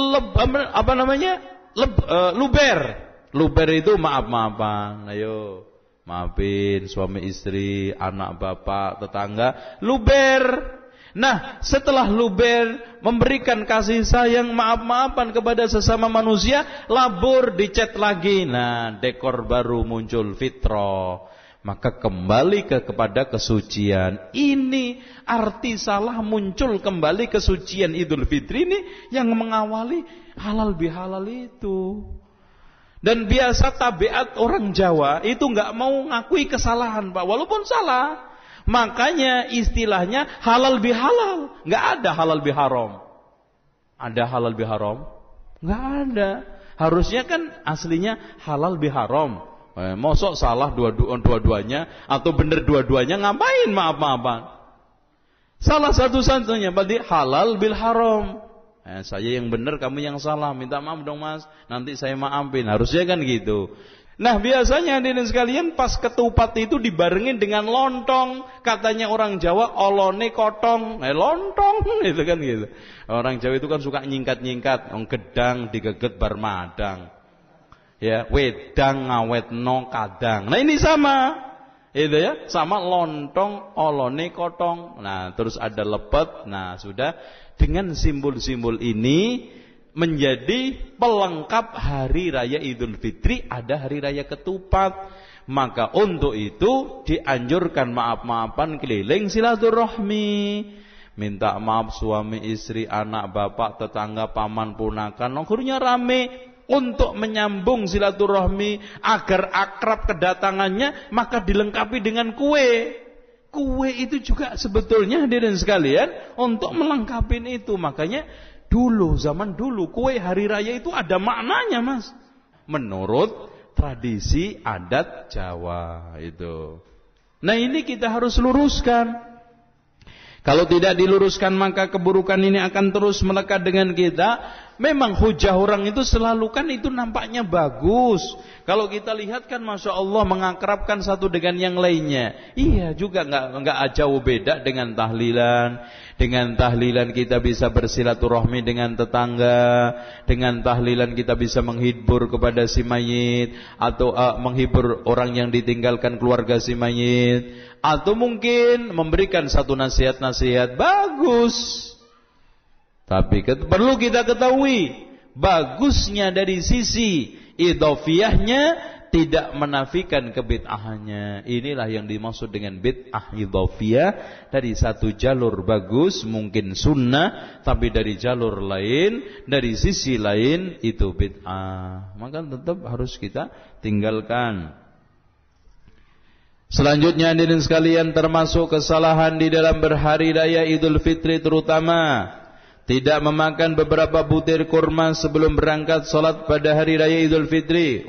luber. Luber itu maaf-maafan. Ayo, maafin suami istri, anak bapak, tetangga, luber. Nah, setelah luber, memberikan kasih sayang, maaf-maafan kepada sesama manusia, labur, dicat lagi. Nah, dekor baru muncul, fitrah. Maka kembali kepada kesucian. Ini arti salah muncul kembali kesucian Idul Fitri ini yang mengawali halal bihalal itu. Dan biasa tabiat orang Jawa itu nggak mau ngakui kesalahan, Pak, walaupun salah. Makanya istilahnya halal bihalal. Nggak ada halal biharam. Ada halal biharam? Nggak ada. Harusnya kan aslinya halal biharam. Mosok salah dua-duanya atau benar dua-duanya, ngapain maaf-maafan? Salah satu-satunya berarti halal bil haram. Saya yang benar, kamu yang salah. Minta maaf dong mas, nanti saya maafin. Harusnya kan gitu. Nah biasanya hadirin sekalian pas ketupat itu dibarengin dengan lontong. Katanya orang Jawa olone kotong. Lontong itu kan gitu. Orang Jawa itu kan suka nyingkat-nyingkat. Gedang digeget bar madang. Ya, wedang ngawetno kadang. Nah ini sama. Itu ya, sama lontong olone kotong. Nah terus ada lepet. Nah sudah, dengan simbol-simbol ini menjadi pelengkap hari raya Idul Fitri, ada hari raya ketupat. Maka untuk itu dianjurkan maaf-maafan keliling silaturahmi. Minta maaf suami istri, anak, bapak, tetangga, paman, ponakan, nongkrongnya rame untuk menyambung silaturahmi agar akrab kedatangannya, maka dilengkapi dengan kue. Kue itu juga sebetulnya hadirin sekalian untuk melengkapi itu. Makanya dulu, zaman dulu, kue hari raya itu ada maknanya, Mas. Menurut tradisi adat Jawa itu. Nah ini kita harus luruskan. Kalau tidak diluruskan maka keburukan ini akan terus melekat dengan kita. Memang hujah orang itu selalu kan itu nampaknya bagus. Kalau kita lihat kan Masya Allah mengakrabkan satu dengan yang lainnya. Iya juga nggak jauh beda dengan tahlilan. Dengan tahlilan kita bisa bersilaturahmi dengan tetangga. Dengan tahlilan kita bisa menghibur kepada si mayit. Atau menghibur orang yang ditinggalkan keluarga si mayit. Atau mungkin memberikan satu nasihat-nasihat. Bagus. Tapi perlu kita ketahui, bagusnya dari sisi idhofiyahnya tidak menafikan kebid'ahannya. Inilah yang dimaksud dengan bid'ah idhofiyah. Dari satu jalur bagus, mungkin sunnah, tapi dari jalur lain, dari sisi lain itu bid'ah. Maka tetap harus kita tinggalkan. Selanjutnya hadirin sekalian, termasuk kesalahan di dalam berhari raya Idul Fitri terutama, tidak memakan beberapa butir kurma sebelum berangkat salat pada hari raya Idul Fitri.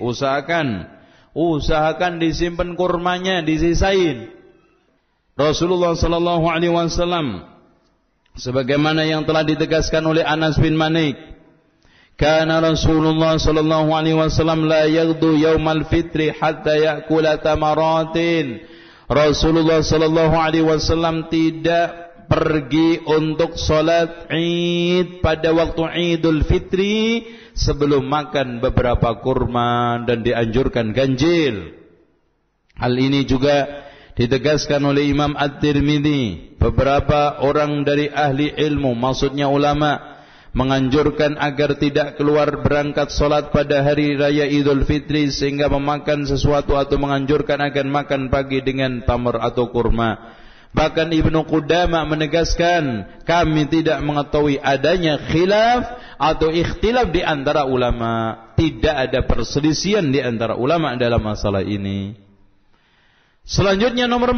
Usahakan disimpan kurmanya, disisain. Rasulullah sallallahu alaihi wasallam sebagaimana yang telah ditegaskan oleh Anas bin Malik, kana Rasulullah sallallahu alaihi wasallam la yaghdu yaumal fitri hatta ya'kula tamaratin. Rasulullah sallallahu alaihi wasallam tidak pergi untuk sholat Id pada waktu Idul Fitri sebelum makan beberapa kurma dan dianjurkan ganjil. Hal ini juga ditegaskan oleh Imam At-Tirmidzi. Beberapa orang dari ahli ilmu, maksudnya ulama, menganjurkan agar tidak keluar berangkat sholat pada hari raya Idul Fitri sehingga memakan sesuatu, atau menganjurkan agar makan pagi dengan tamar atau kurma. Bahkan Ibnu Qudamah menegaskan, kami tidak mengetahui adanya khilaf atau ikhtilaf di antara ulama. Tidak ada perselisihan di antara ulama dalam masalah ini. Selanjutnya nomor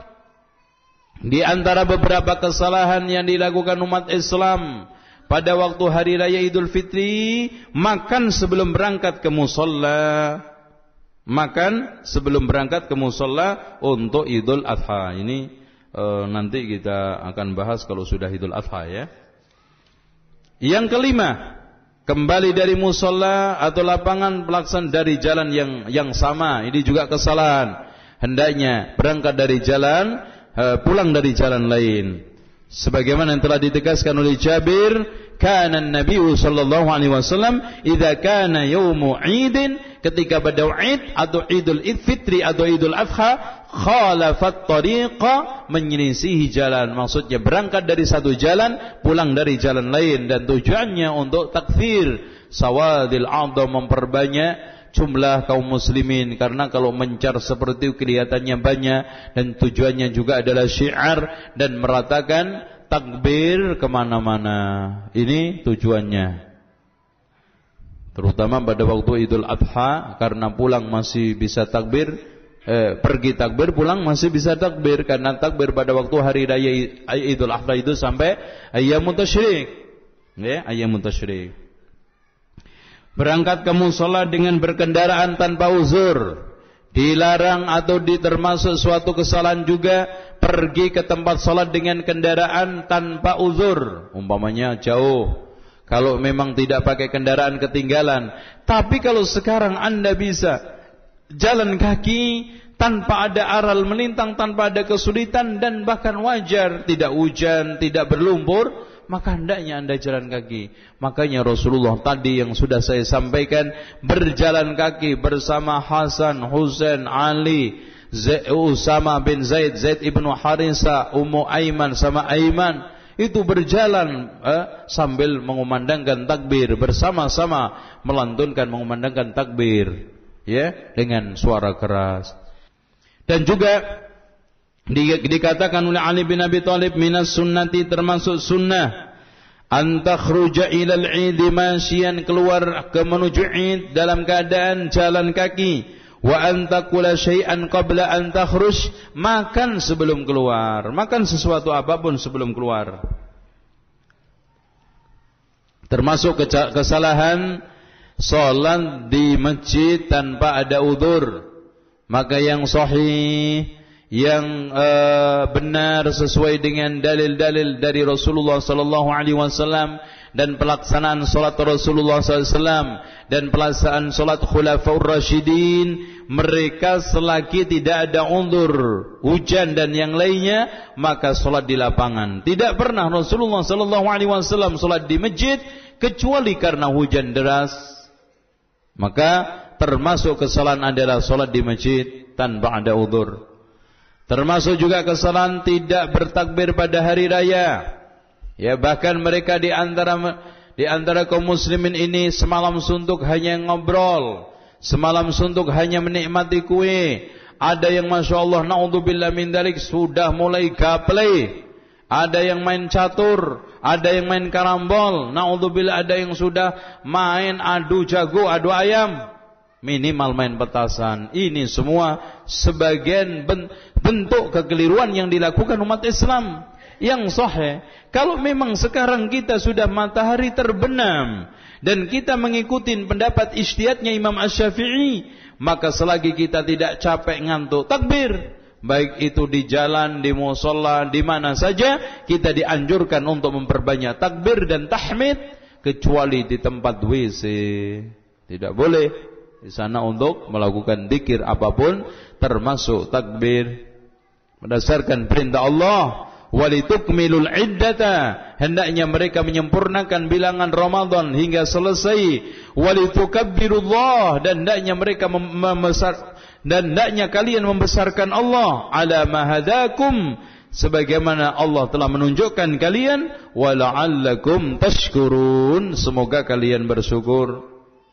4. Di antara beberapa kesalahan yang dilakukan umat Islam pada waktu hari raya Idul Fitri, makan sebelum berangkat ke musalla. Makan sebelum berangkat ke musalla untuk Idul Adha. Ini nanti kita akan bahas kalau sudah Idul Adha ya. Yang kelima, kembali dari musalla atau lapangan pelaksanaan dari jalan yang sama. Ini juga kesalahan. Hendaknya berangkat dari jalan, pulang dari jalan lain. Sebagaimana yang telah ditegaskan oleh Jabir, kana Nabi sallallahu alaihi wasallam idza kana yaumu 'idin, ketika pada Id atau Idul Fitri atau Idul Adha, khalafat tariqa, menyelisihi jalan. Maksudnya berangkat dari satu jalan, pulang dari jalan lain, dan tujuannya untuk takfir sawadil a'dham, memperbanyak jumlah kaum muslimin. Karena kalau mencar seperti itu kelihatannya banyak, dan tujuannya juga adalah syiar dan meratakan takbir kemana-mana. Ini tujuannya, terutama pada waktu Idul Adha, karena pulang masih bisa takbir, pergi takbir, pulang masih bisa takbir. Karena takbir pada waktu hari raya Idul Adha itu sampai ayyamut tasyrik, ya, ayyamut tasyrik. Berangkat ke mushola dengan berkendaraan tanpa uzur dilarang, atau termasuk suatu kesalahan juga pergi ke tempat sholat dengan kendaraan tanpa uzur. Umpamanya jauh, kalau memang tidak pakai kendaraan ketinggalan. Tapi kalau sekarang Anda bisa jalan kaki tanpa ada aral melintang, tanpa ada kesulitan, dan bahkan wajar tidak hujan, tidak berlumpur, maka hendaknya Anda jalan kaki. Makanya Rasulullah tadi yang sudah saya sampaikan, berjalan kaki bersama Hasan, Husain, Ali, Usama bin Zaid, Zaid ibnu Harisa, Ummu Aiman sama Aiman, itu berjalan sambil mengumandangkan takbir, bersama-sama melantunkan mengumandangkan takbir, ya, dengan suara keras. Dan juga dikatakan oleh Ali bin Abi Thalib, minas sunnati, termasuk sunnah, an takhruja ilal id masyian, keluar ke menuju id dalam keadaan jalan kaki, wa an taqula syai'an qabla an takhruj, makan sebelum keluar, makan sesuatu apapun sebelum keluar. Termasuk kesalahan salat di masjid tanpa ada udzur. Maka yang sahih, yang benar sesuai dengan dalil-dalil dari Rasulullah sallallahu alaihi wasallam dan pelaksanaan salat Rasulullah sallallahu alaihi wasallam dan pelaksanaan salat Khulafaur Rasyidin, mereka selagi tidak ada undur, hujan dan yang lainnya, maka salat di lapangan. Tidak pernah Rasulullah sallallahu alaihi wasallam salat di masjid kecuali karena hujan deras. Maka termasuk kesalahan adalah salat di masjid tanpa ada udzur. Termasuk juga kesalahan tidak bertakbir pada hari raya. Ya, bahkan mereka di antara kaum muslimin ini semalam suntuk hanya ngobrol, semalam suntuk hanya menikmati kue. Ada yang Masya Allah, na'udzubillah min dzalik, sudah mulai gaple. Ada yang main catur, ada yang main karambol, na'udzubillah, ada yang sudah main adu jago, adu ayam, minimal main petasan. Ini semua sebagian bentuk kekeliruan yang dilakukan umat Islam. Yang sahih, kalau memang sekarang kita sudah matahari terbenam dan kita mengikuti pendapat ijtihadnya Imam Asy-Syafi'i, maka selagi kita tidak capek ngantuk takbir, baik itu di jalan, di musholla, di mana saja, kita dianjurkan untuk memperbanyak takbir dan tahmid, kecuali di tempat WC. Tidak boleh di sana untuk melakukan dzikir apapun, termasuk takbir. Berdasarkan perintah Allah, walitukmilul iddata, hendaknya mereka menyempurnakan bilangan Ramadan hingga selesai. Walitukabbirullah, dan hendaknya mereka dan hendaknya kalian membesarkan Allah ala ma hadakum, sebagaimana Allah telah menunjukkan kalian, wala'allakum tashkurun, semoga kalian bersyukur.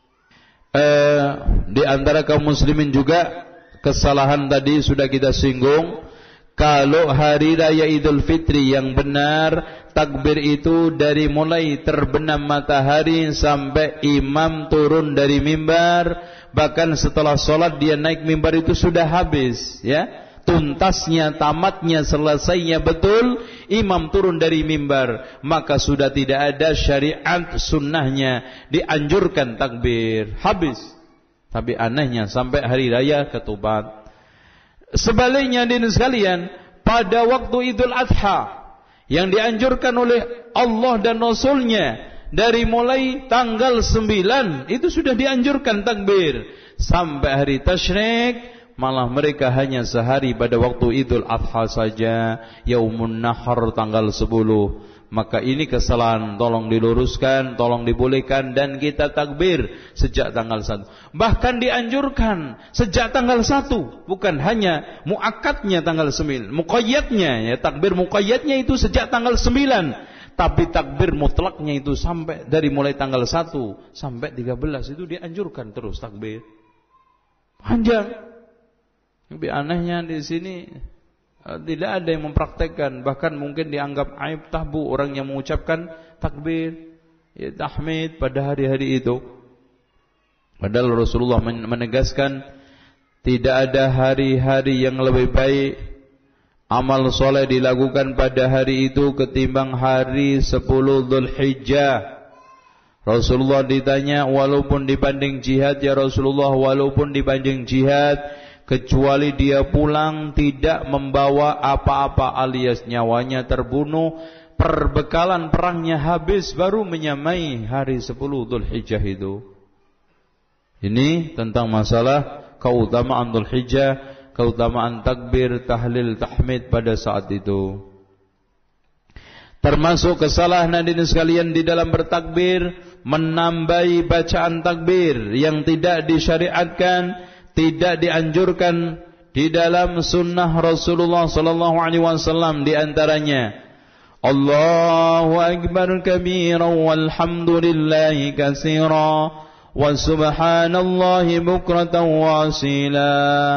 Di antara kaum muslimin juga kesalahan tadi sudah kita singgung. Kalau hari raya Idul Fitri yang benar, takbir itu dari mulai terbenam matahari sampai imam turun dari mimbar. Bahkan setelah sholat dia naik mimbar itu sudah habis, ya, tuntasnya, tamatnya, selesainya betul, imam turun dari mimbar, maka sudah tidak ada syariat sunnahnya dianjurkan takbir, habis. Tapi anehnya sampai hari raya ketupat. Sebaliknya hadirin sekalian, pada waktu Idul Adha yang dianjurkan oleh Allah dan Rasulnya dari mulai tanggal 9 itu sudah dianjurkan takbir sampai hari tasyrik, malah mereka hanya sehari pada waktu Idul Adha saja, Yaumun Nahar tanggal 10. Maka ini kesalahan, tolong diluruskan, tolong dibolehkan, dan kita takbir sejak tanggal 1. Bahkan dianjurkan sejak tanggal 1, bukan hanya muakkadnya tanggal 9, muqayyadnya, ya, takbir muqayyadnya itu sejak tanggal 9. Tapi takbir mutlaknya itu sampai dari mulai tanggal 1 sampai 13 itu dianjurkan terus takbir. Panjang. Lebih anehnya di sini tidak ada yang mempraktekkan, bahkan mungkin dianggap aib tabu orang yang mengucapkan takbir, ya, tahmid pada hari-hari itu. Padahal Rasulullah menegaskan tidak ada hari-hari yang lebih baik amal soleh dilakukan pada hari itu ketimbang hari 10 Dzulhijjah. Rasulullah ditanya, walaupun dibanding jihad ya Rasulullah, walaupun dibanding jihad, kecuali dia pulang tidak membawa apa-apa alias nyawanya terbunuh, perbekalan perangnya habis, baru menyamai hari 10 Dzulhijjah itu. Ini tentang masalah keutamaan Dzulhijjah, keutamaan takbir, tahlil, tahmid pada saat itu. Termasuk kesalahan hadirin sekalian di dalam bertakbir, menambahi bacaan takbir yang tidak disyariatkan, tidak dianjurkan di dalam sunnah Rasulullah sallallahu alaihi wasallam, di antaranya Allahu akbar kabiran walhamdulillahi katsiran wa subhanallahi bukratan wa asila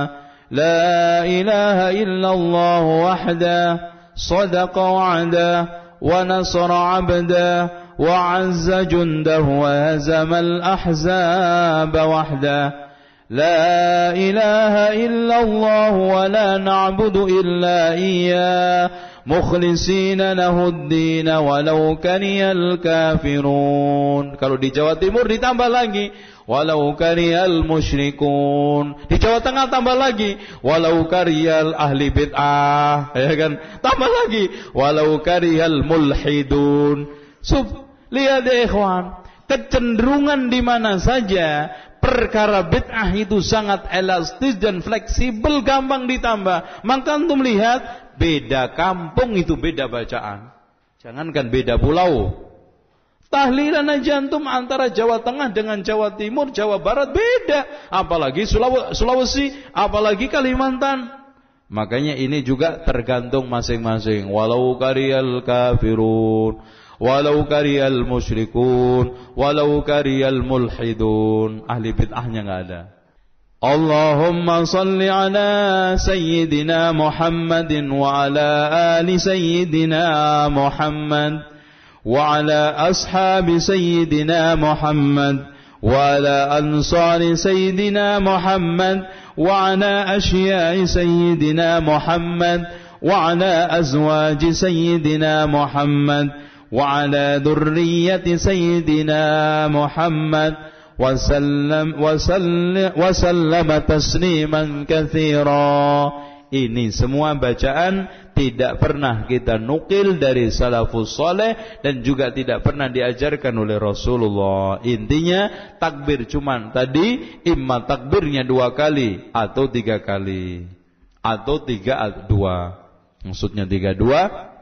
la ilaha illallah wahdahu sadaqa wa'dahu ونصر عبده وعز جنده وهزم الأحزاب وحده لا إله إلا الله ولا نعبد إلا إياه مخلصين له الدين ولو كره الكافرون. Kalau di Jawa Timur ditambah lagi walau karihal musyrikun. Di Jawa Tengah tambah lagi walau karihal ahli bid'ah, ya kan? Tambah lagi walau karihal mulhidun. Lihat ya ikhwan, kecenderungan di mana saja perkara bid'ah itu sangat elastis dan fleksibel, gampang ditambah. Maka antum lihat, beda kampung itu beda bacaan. Jangankan beda pulau, tahlilan aja antum antara Jawa Tengah dengan Jawa Timur, Jawa Barat beda. Apalagi Sulawesi, apalagi Kalimantan. Makanya ini juga tergantung masing-masing. Walau kariyal kafirun, walau kariyal musyrikun, walau kariyal mulhidun. Ahli bid'ahnya enggak ada. Allahumma salli ala sayyidina Muhammadin wa ala ali sayyidina Muhammad وعلى أصحاب سيدنا محمد وعلى أنصار سيدنا محمد وعلى أشياء سيدنا محمد وعلى أزواج سيدنا محمد وعلى ذرية سيدنا محمد وسلم تسليما كثيرا. Ini semua bacaan tidak pernah kita nukil dari salafus saleh dan juga tidak pernah diajarkan oleh Rasulullah. Intinya takbir cuman tadi imma takbirnya 2 kali atau 3 kali atau 3 2. Maksudnya 3 2.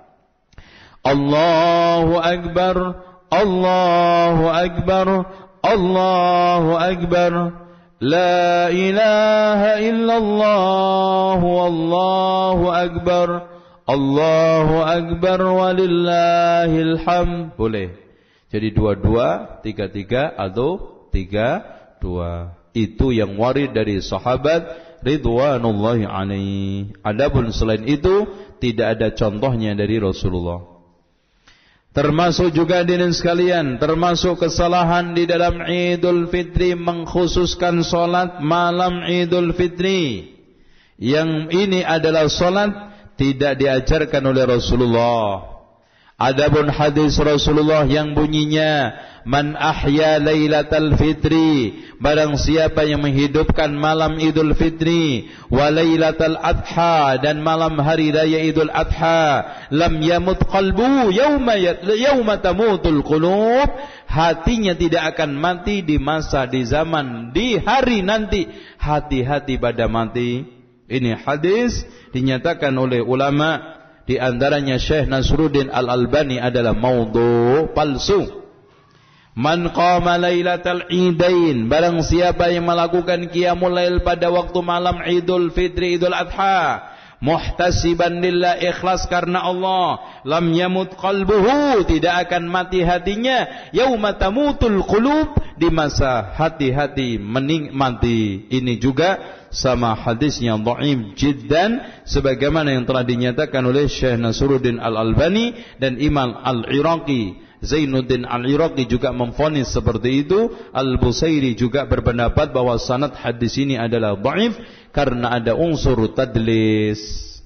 Allahu akbar, Allahu akbar, Allahu akbar. La ilaha illallah wallahu akbar, Allahu akbar walillahil hamd. Boleh jadi 2-2, 3-3 atau 3-2. Itu yang warid dari sahabat ridwanullahi alaihi. Adapun selain itu tidak ada contohnya dari Rasulullah. Termasuk juga hadirin sekalian, termasuk kesalahan di dalam Idul Fitri mengkhususkan solat malam Idul Fitri. Yang ini adalah solat tidak diajarkan oleh Rasulullah. Adapun hadis Rasulullah yang bunyinya man ahya lailatal fitri, barang siapa yang menghidupkan malam Idul Fitri, wa lailatal adha, dan malam hari raya Idul Adha, lam yamut qalbu yauma tamutul qulub, hatinya tidak akan mati di masa, di zaman, di hari nanti hati-hati pada mati. Ini hadis dinyatakan oleh ulama, di antaranya Syekh Nasruddin Al-Albani adalah maudhu, palsu. Man qama lailatal idain, barang siapa yang melakukan qiyamul lail pada waktu malam Idul Fitri, Idul Adha, muhtasiban lillah, ikhlas karena Allah, lam yamut qalbuhu, tidak akan mati hatinya, yauma tamutul qulub, di masa hati-hati mati. Ini juga sama hadisnya dhaif jiddan, sebagaimana yang telah dinyatakan oleh Syekh Nasruddin Al-Albani dan Imam Al-Iraqi, Zainuddin Al-Iraqi juga memvonis seperti itu. Al-Busairi juga berpendapat bahwa sanad hadis ini adalah dhaif karena ada unsur tadlis.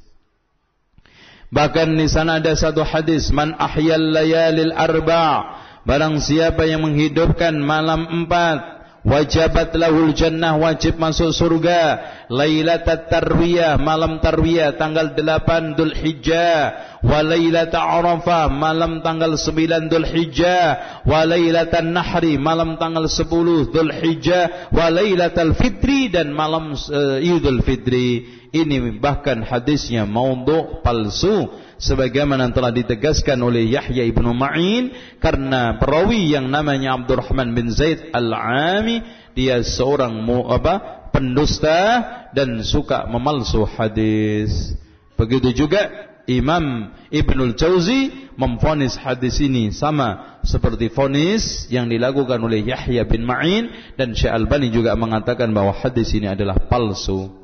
Bahkan di sana ada satu hadis, man ahyal layalil arba', barang siapa yang menghidupkan malam 4, wajabat lahul jannah, wajib masuk surga. Lailatat tarwiyah, malam tarwiyah tanggal 8 Dzulhijjah, wa lailata Arafah, malam tanggal 9 Dzulhijjah, wa lailatan Nahri, malam tanggal 10 Dzulhijjah, wa lailatal Fitri, dan malam Idul Fitri. Ini bahkan hadisnya maudhu, palsu, sebagaimana telah ditegaskan oleh Yahya ibnu Ma'in, karena perawi yang namanya Abdurrahman bin Zaid Al-Ami, dia seorang pendusta dan suka memalsu hadis. Begitu juga Imam Ibnul Jauzi memvonis hadis ini sama seperti vonis yang dilakukan oleh Yahya bin Ma'in, dan Syekh Albani juga mengatakan bahwa hadis ini adalah palsu.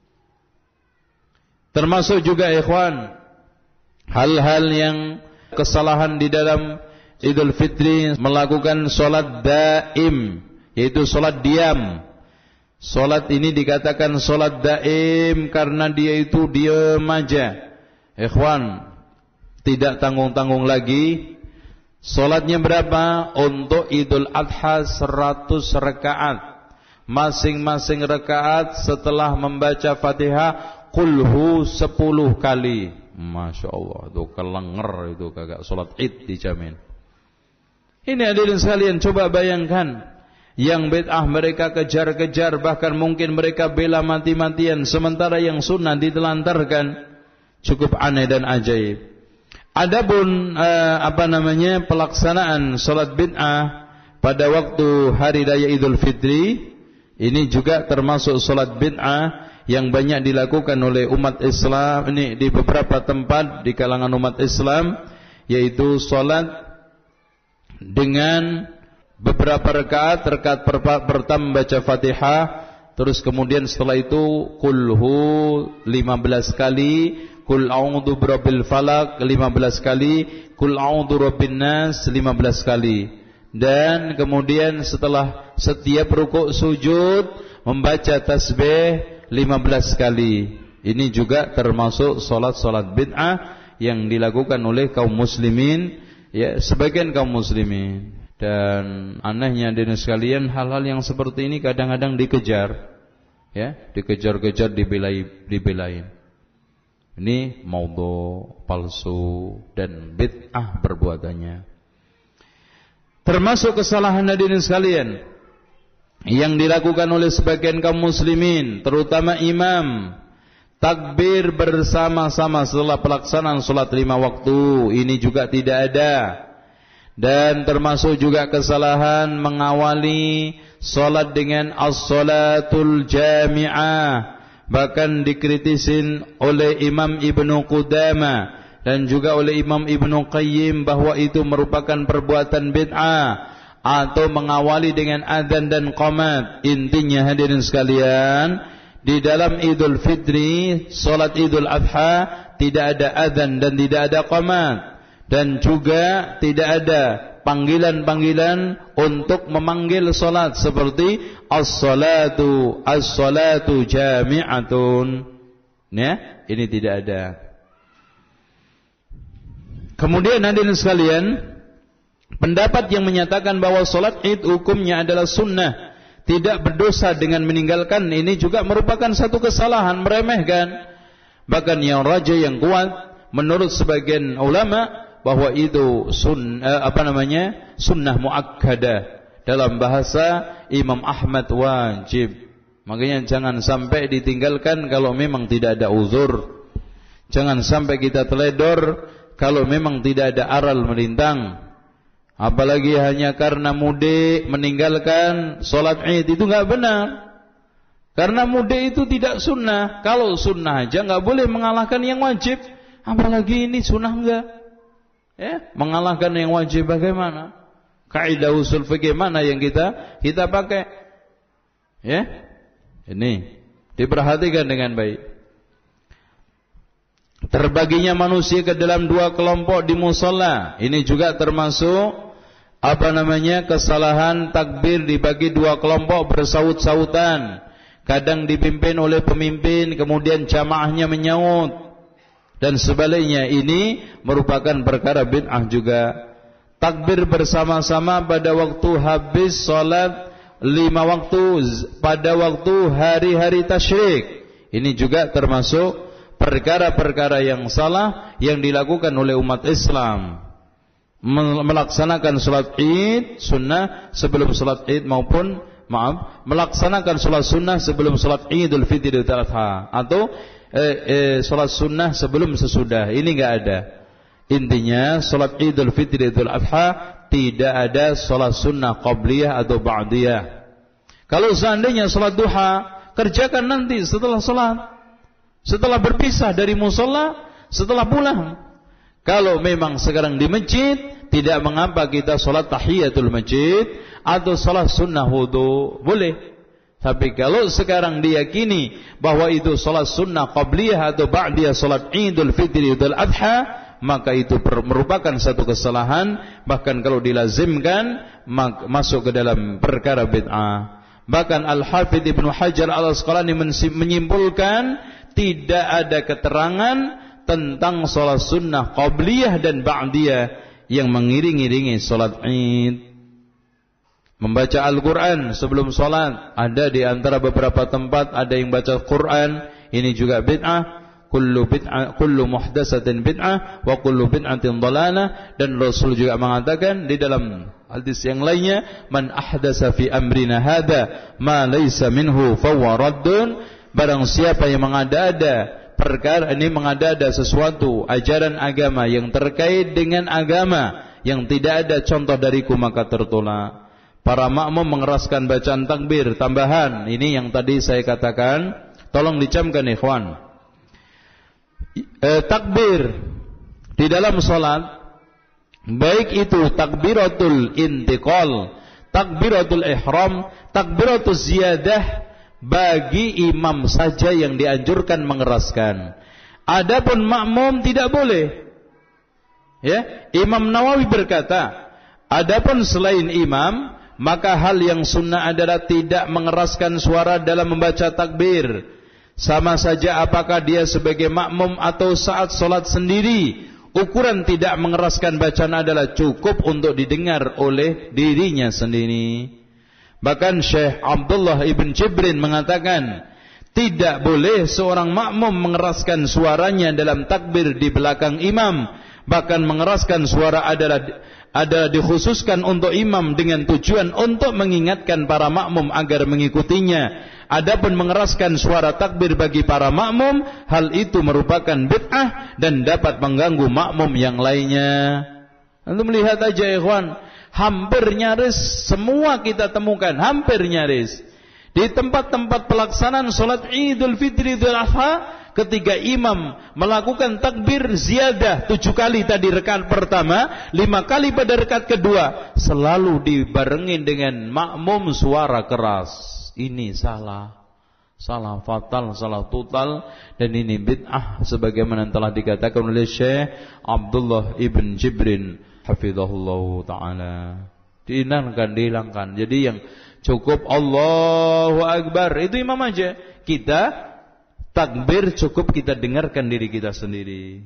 Termasuk juga ikhwan, hal-hal yang kesalahan di dalam Idul Fitri, melakukan solat daim, yaitu solat diam. Solat ini dikatakan solat daim karena dia itu diam aja. Ikhwan, tidak tanggung-tanggung lagi. Solatnya berapa? Untuk Idul Adha 100 rakaat. Masing-masing rakaat setelah membaca Fatihah Qulhu 10 kali. Masya Allah, itu kelenger, itu kagak sholat id dijamin. Ini hadirin sekalian, coba bayangkan, yang bid'ah mereka kejar-kejar, bahkan mungkin mereka bela mati-matian, sementara yang sunnah ditelantarkan. Cukup aneh dan ajaib. Adapun pelaksanaan sholat bid'ah pada waktu hari raya Idul Fitri, ini juga termasuk sholat bid'ah yang banyak dilakukan oleh umat Islam ini di beberapa tempat di kalangan umat Islam, yaitu salat dengan beberapa rakaat pertama baca Fatihah, terus kemudian setelah itu qulhu 15 kali, qul a'udzu birabbil falaq 15 kali, qul a'udzu birabbin nas 15 kali, dan kemudian setelah setiap rukuk sujud membaca tasbih 15 kali. Ini juga termasuk solat-solat bid'ah yang dilakukan oleh kaum muslimin, ya, sebagian kaum muslimin. Dan anehnya hadirin sekalian, hal-hal yang seperti ini kadang-kadang dikejar, ya, dikejar-kejar, dibelain. Ini maudhu, palsu, dan bid'ah perbuatannya. Termasuk kesalahan hadirin sekalian yang dilakukan oleh sebagian kaum muslimin, terutama imam, takbir bersama-sama setelah pelaksanaan salat 5 waktu. Ini juga tidak ada. Dan termasuk juga kesalahan mengawali salat dengan as-salatul jami'ah, bahkan dikritisin oleh Imam Ibnu Qudamah dan juga oleh Imam Ibnu Qayyim bahwa itu merupakan perbuatan bid'ah, atau mengawali dengan adzan dan qamat. Intinya hadirin sekalian, di dalam Idul Fitri, salat Idul Adha, tidak ada adzan dan tidak ada qamat, dan juga tidak ada panggilan-panggilan untuk memanggil salat seperti as-salatu jami'atun. Ya, ini tidak ada. Kemudian hadirin sekalian, pendapat yang menyatakan bahwa solat id hukumnya adalah sunnah, tidak berdosa dengan meninggalkan, ini juga merupakan satu kesalahan, meremehkan. Bahkan yang raja yang kuat menurut sebagian ulama bahwa itu sunnah muakkadah, dalam bahasa Imam Ahmad wajib. Makanya jangan sampai ditinggalkan kalau memang tidak ada uzur. Jangan sampai kita teledor kalau memang tidak ada aral melintang. Apalagi hanya karena mudik meninggalkan solat id, itu enggak benar. Karena mudik itu tidak sunnah. Kalau sunnah aja enggak boleh mengalahkan yang wajib, apalagi ini sunnah enggak. Ya, mengalahkan yang wajib bagaimana? Kaidah usul fikih mana yang kita pakai? Ya. Ini diperhatikan dengan baik. Terbaginya manusia ke dalam 2 kelompok di musalla, ini juga termasuk kesalahan. Takbir dibagi 2 kelompok bersaut-sautan, kadang dipimpin oleh pemimpin, kemudian jamaahnya menyaut, dan sebaliknya. Ini merupakan perkara bid'ah juga. Takbir bersama-sama pada waktu habis salat 5 waktu pada waktu hari-hari tasyrik, ini juga termasuk perkara-perkara yang salah yang dilakukan oleh umat Islam. Melaksanakan salat Id sunnah sebelum salat Id maupun melaksanakan salat sunnah sebelum salat Idul Fitri Idul Adha atau salat sunnah sebelum sesudah. Ini enggak ada. Intinya salat Idul Fitri Idul Adha tidak ada salat sunnah qabliyah atau ba'diyah. Kalau seandainya salat duha, kerjakan nanti setelah salat. Setelah berpisah dari musalla, setelah pulang. Kalau memang sekarang di masjid, tidak mengapa kita salat tahiyatul masjid atau salat sunnah wudu, boleh. Tapi kalau sekarang diyakini bahwa itu salat sunnah qabliyah atau ba'diyah salat Idul Fitri Idul Adha, maka itu merupakan satu kesalahan, bahkan kalau dilazimkan masuk ke dalam perkara bid'ah. Bahkan Al-Hafidz Ibnu Hajar Al-Asqalani menyimpulkan tidak ada keterangan tentang salat sunnah qabliyah dan ba'diyah yang mengiring-iringi salat Id. Membaca Al-Quran sebelum salat, ada di antara beberapa tempat ada yang baca Quran, ini juga bid'ah. Kullu muhdatsatin bid'ah wa kullu bid'atin dhalalah. Dan Rasul juga mengatakan di dalam hadis yang lainnya, man ahdatsa fi amrina hadza ma laysa minhu fa huwa raddun. Barang siapa yang mengada-ada perkara ini, mengada-ada sesuatu ajaran agama yang terkait dengan agama yang tidak ada contoh dariku, maka tertolak. Para makmum mengeraskan bacaan takbir tambahan, ini yang tadi saya katakan, tolong dicamkan ikhwan. Takbir di dalam salat, baik itu takbiratul intiqal, takbiratul ihram, takbiratul ziyadah, bagi imam saja yang dianjurkan mengeraskan. Adapun makmum tidak boleh. Ya, Imam Nawawi berkata, adapun selain imam, maka hal yang sunnah adalah tidak mengeraskan suara dalam membaca takbir. Sama saja apakah dia sebagai makmum atau saat salat sendiri. Ukuran tidak mengeraskan bacaan adalah cukup untuk didengar oleh dirinya sendiri. Bahkan Syekh Abdullah ibn Jibrin mengatakan, tidak boleh seorang makmum mengeraskan suaranya dalam takbir di belakang imam. Bahkan mengeraskan suara adalah dikhususkan untuk imam dengan tujuan untuk mengingatkan para makmum agar mengikutinya. Adapun mengeraskan suara takbir bagi para makmum, hal itu merupakan bid'ah dan dapat mengganggu makmum yang lainnya. Anda melihat aja ikhwan, hampir nyaris semua kita temukan, hampir nyaris di tempat-tempat pelaksanaan salat Idul Fitri Idul Adha, ketika imam melakukan takbir ziyadah 7 kali tadi rakaat pertama, 5 kali pada rakaat kedua, selalu dibarengin dengan makmum suara keras. Ini salah fatal, salah total, dan ini bid'ah sebagaimana telah dikatakan oleh Syekh Abdullah ibn Jibrin hafizahullah ta'ala. Dihilangkan. Jadi yang cukup Allahu Akbar, itu imam aja. Kita takbir cukup kita dengarkan diri kita sendiri.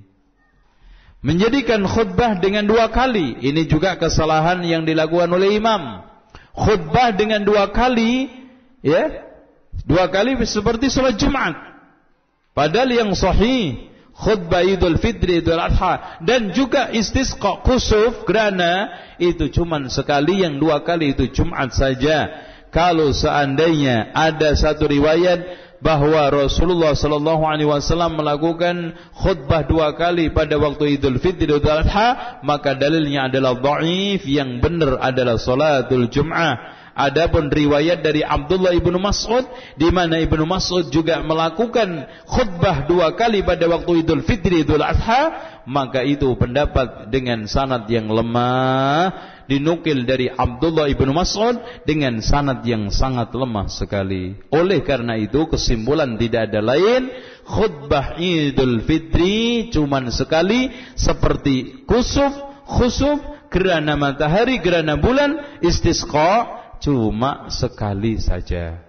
Menjadikan khutbah dengan 2 kali, ini juga kesalahan yang dilakukan oleh imam. Khutbah dengan 2 kali, ya, 2 kali seperti salat Jumat. Padahal yang sahih khutbah Idul Fitri Idul Adha dan juga istisqa kusuf gerhana itu cuma sekali, yang 2 kali itu Jumat saja. Kalau seandainya ada satu riwayat bahwa Rasulullah sallallahu alaihi wasallam melakukan khutbah 2 kali pada waktu Idul Fitri Idul Adha, maka dalilnya adalah dhaif, yang benar adalah salatul Jum'ah. Adapun riwayat dari Abdullah ibnu Mas'ud, di mana Ibnu Mas'ud juga melakukan khutbah 2 kali pada waktu Idul Fitri Idul Adha, maka itu pendapat dengan sanad yang lemah, dinukil dari Abdullah ibnu Mas'ud dengan sanad yang sangat lemah sekali. Oleh karena itu kesimpulan tidak ada lain, khutbah Idul Fitri cuman sekali, seperti kusuf, khusuf, gerhana matahari, gerhana bulan, istisqa, cuma sekali saja.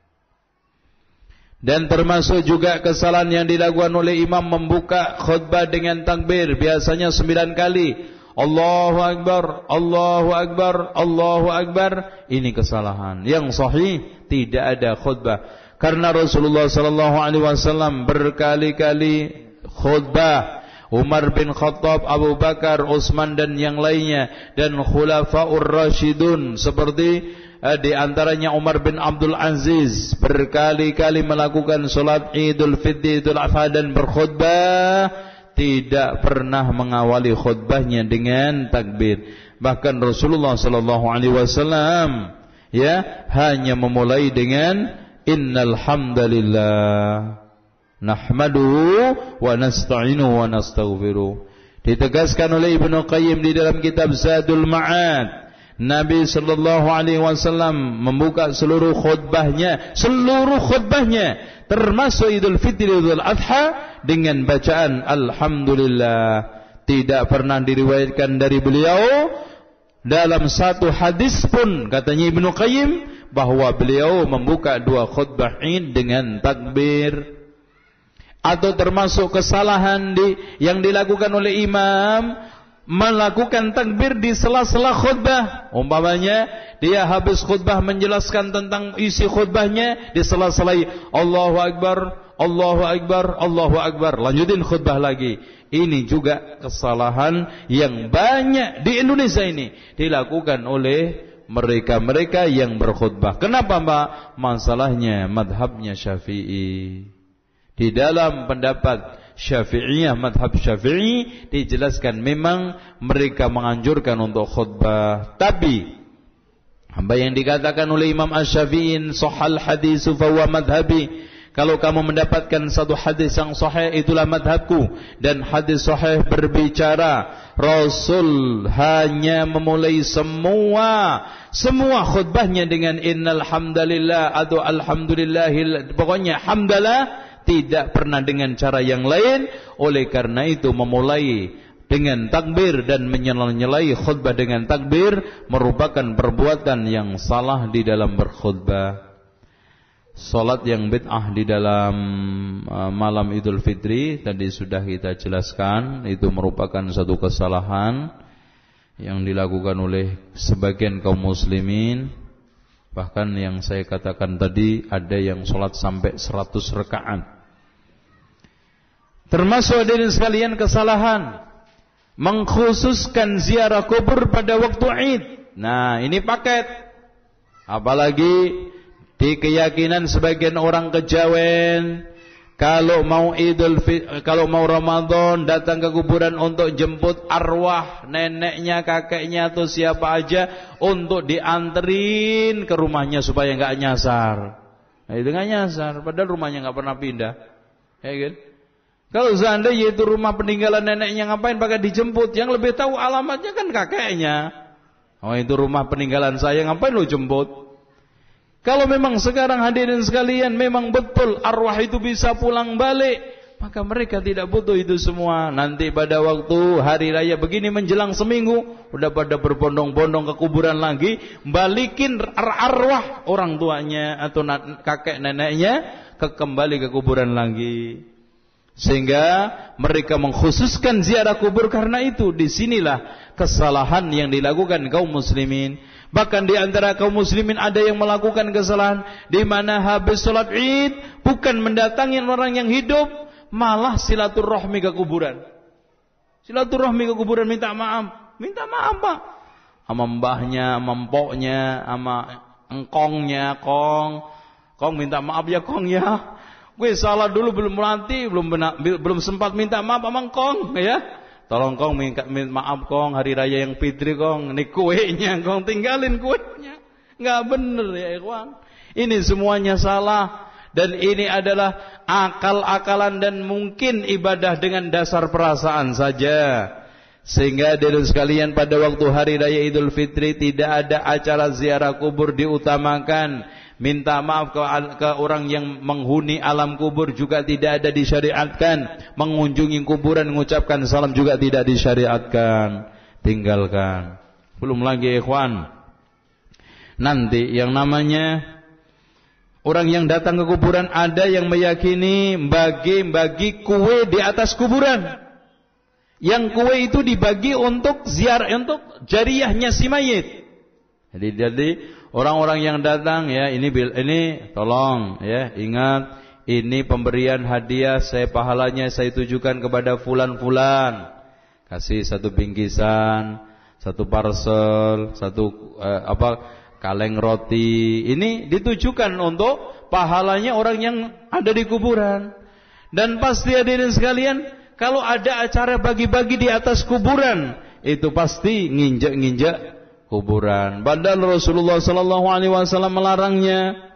Dan termasuk juga kesalahan yang dilakukan oleh imam membuka khutbah dengan takbir, biasanya 9 kali. Allahu Akbar, Allahu Akbar, Allahu Akbar. Ini kesalahan. Yang sahih tidak ada khutbah. Karena Rasulullah sallallahu alaihi wasallam berkali-kali khutbah. Umar bin Khattab, Abu Bakar, Utsman dan yang lainnya, dan khulafaur rasyidun seperti di antaranya Umar bin Abdul Aziz berkali-kali melakukan salat Idul Fitri, Idul Adha dan berkhutbah, tidak pernah mengawali khutbahnya dengan takbir. Bahkan Rasulullah sallallahu alaihi wasallam hanya memulai dengan innal hamdalillah nahmaduhu wa nasta'inuhu wa nastaghfiruh. Ditegaskan oleh Ibnu Qayyim di dalam kitab Zadul Ma'ad, Nabi sallallahu alaihi wasallam membuka seluruh khutbahnya termasuk Idul Fitri, Idul Adha dengan bacaan alhamdulillah. Tidak pernah diriwayatkan dari beliau dalam satu hadis pun, katanya Ibnu Qayyim, bahwa beliau membuka dua khutbah Id dengan takbir. Atau termasuk kesalahan yang dilakukan oleh imam, melakukan takbir di sela-sela khutbah. Umpamanya dia habis khutbah menjelaskan tentang isi khutbahnya, di sela-sela Allahu Akbar, Allahu Akbar, Allahu Akbar, lanjutin khutbah lagi. Ini juga kesalahan yang banyak di Indonesia ini dilakukan oleh mereka-mereka yang berkhutbah. Kenapa, Pak? Masalahnya madhabnya Syafi'i. Di dalam pendapat Syafi'iyah, madhab Syafi'i, dijelaskan memang mereka menganjurkan untuk khutbah. Tapi apa yang dikatakan oleh Imam Asy-Syafi'i, sahal hadisu fahuwa madhabi. Kalau kamu mendapatkan satu hadis yang sahih, itulah madhabku. Dan hadis sahih berbicara Rasul hanya memulai semua khutbahnya dengan innal hamdalillah atau alhamdulillahil, pokoknya hamdalah, tidak pernah dengan cara yang lain. Oleh karena itu memulai dengan takbir dan menyela-nyelai khutbah dengan takbir merupakan perbuatan yang salah di dalam berkhutbah. Salat yang bid'ah di dalam malam Idul Fitri tadi sudah kita jelaskan, itu merupakan satu kesalahan yang dilakukan oleh sebagian kaum muslimin. Bahkan yang saya katakan tadi, ada yang salat sampai 100 rakaat. Termasuk hadirin sekalian kesalahan mengkhususkan ziarah kubur pada waktu Id. Nah, ini paket. Apalagi di keyakinan sebagian orang kejawen, kalau mau Ramadan datang ke kuburan untuk jemput arwah neneknya, kakeknya atau siapa aja untuk dianterin ke rumahnya supaya enggak nyasar. Nah, itu enggak nyasar, padahal rumahnya enggak pernah pindah. Ya kan? Kalau seandainya itu rumah peninggalan neneknya, ngapain pakai dijemput? Yang lebih tahu alamatnya kan kakeknya. Oh, itu rumah peninggalan saya, ngapain lo jemput? Kalau memang sekarang hadirin sekalian memang betul arwah itu bisa pulang balik, maka mereka tidak butuh itu semua. Nanti pada waktu hari raya begini menjelang seminggu, udah pada berbondong-bondong ke kuburan lagi, balikin arwah orang tuanya atau kakek neneknya kembali ke kuburan lagi. Sehingga mereka mengkhususkan ziarah kubur karena itu. Disinilah kesalahan yang dilakukan kaum muslimin. Bahkan di antara kaum muslimin ada yang melakukan kesalahan, di mana habis sholat Id bukan mendatangi orang yang hidup, malah silaturahmi ke kuburan. Silaturahmi ke kuburan, minta maaf. Minta maaf, Pak. Sama mbahnya, sama mpoknya, sama engkongnya, kong minta maaf ya kong ya. Gue salah dulu belum melatih, belum sempat minta maaf sama engkong ya. Tolong kong minta maaf kong, hari raya yang fitri kong, ini kuenya kong, tinggalin kuenya. Nggak bener ya ikhwan. Ini semuanya salah. Dan ini adalah akal-akalan dan mungkin ibadah dengan dasar perasaan saja. Sehingga hadirin sekalian, pada waktu hari raya Idul Fitri tidak ada acara ziarah kubur diutamakan. Minta maaf ke orang yang menghuni alam kubur juga tidak ada disyariatkan. Mengunjungi kuburan, mengucapkan salam juga tidak disyariatkan. Tinggalkan. Belum lagi ikhwan, nanti yang namanya orang yang datang ke kuburan ada yang meyakini bagi kue di atas kuburan. Yang kue itu dibagi untuk ziarah, untuk jariyahnya si mayit. Jadi orang-orang yang datang ya, ini tolong ya, ingat ini pemberian hadiah, saya pahalanya saya tujukan kepada fulan-fulan. Kasih satu bingkisan, satu parcel, satu kaleng roti. Ini ditujukan untuk pahalanya orang yang ada di kuburan. Dan pasti hadirin sekalian, kalau ada acara bagi-bagi di atas kuburan, itu pasti nginjek-nginjek kuburan. Padahal Rasulullah sallallahu alaihi wasallam melarangnya.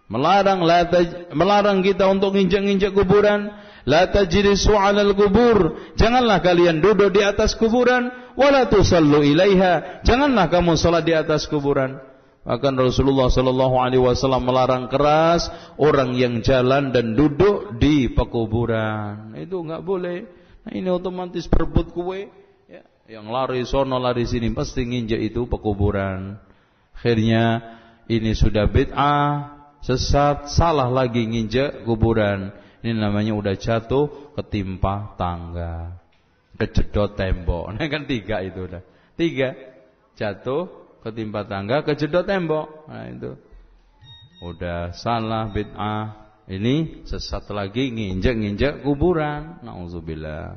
Melarang kita untuk nginjek-nginjek kuburan. La tajlisu 'alal kubur. Janganlah kalian duduk di atas kuburan, wala tusallu ilaiha. Janganlah kamu salat di atas kuburan. Bahkan Rasulullah sallallahu alaihi wasallam melarang keras orang yang jalan dan duduk di pekuburan. Itu enggak boleh. Nah, ini otomatis berebut kue ya. Yang lari sono lari sini pasti nginjek itu pekuburan. Akhirnya ini sudah bid'ah, sesat, salah lagi nginjek kuburan. Ini namanya udah jatuh ketimpa tangga, kejedot tembok. Nah kan 3 itu udah. 3 jatuh ketimpa tangga, kejedot tembok. Nah itu udah salah, bid'ah. Ini sesat lagi, nginjek kuburan. Nauzubillah.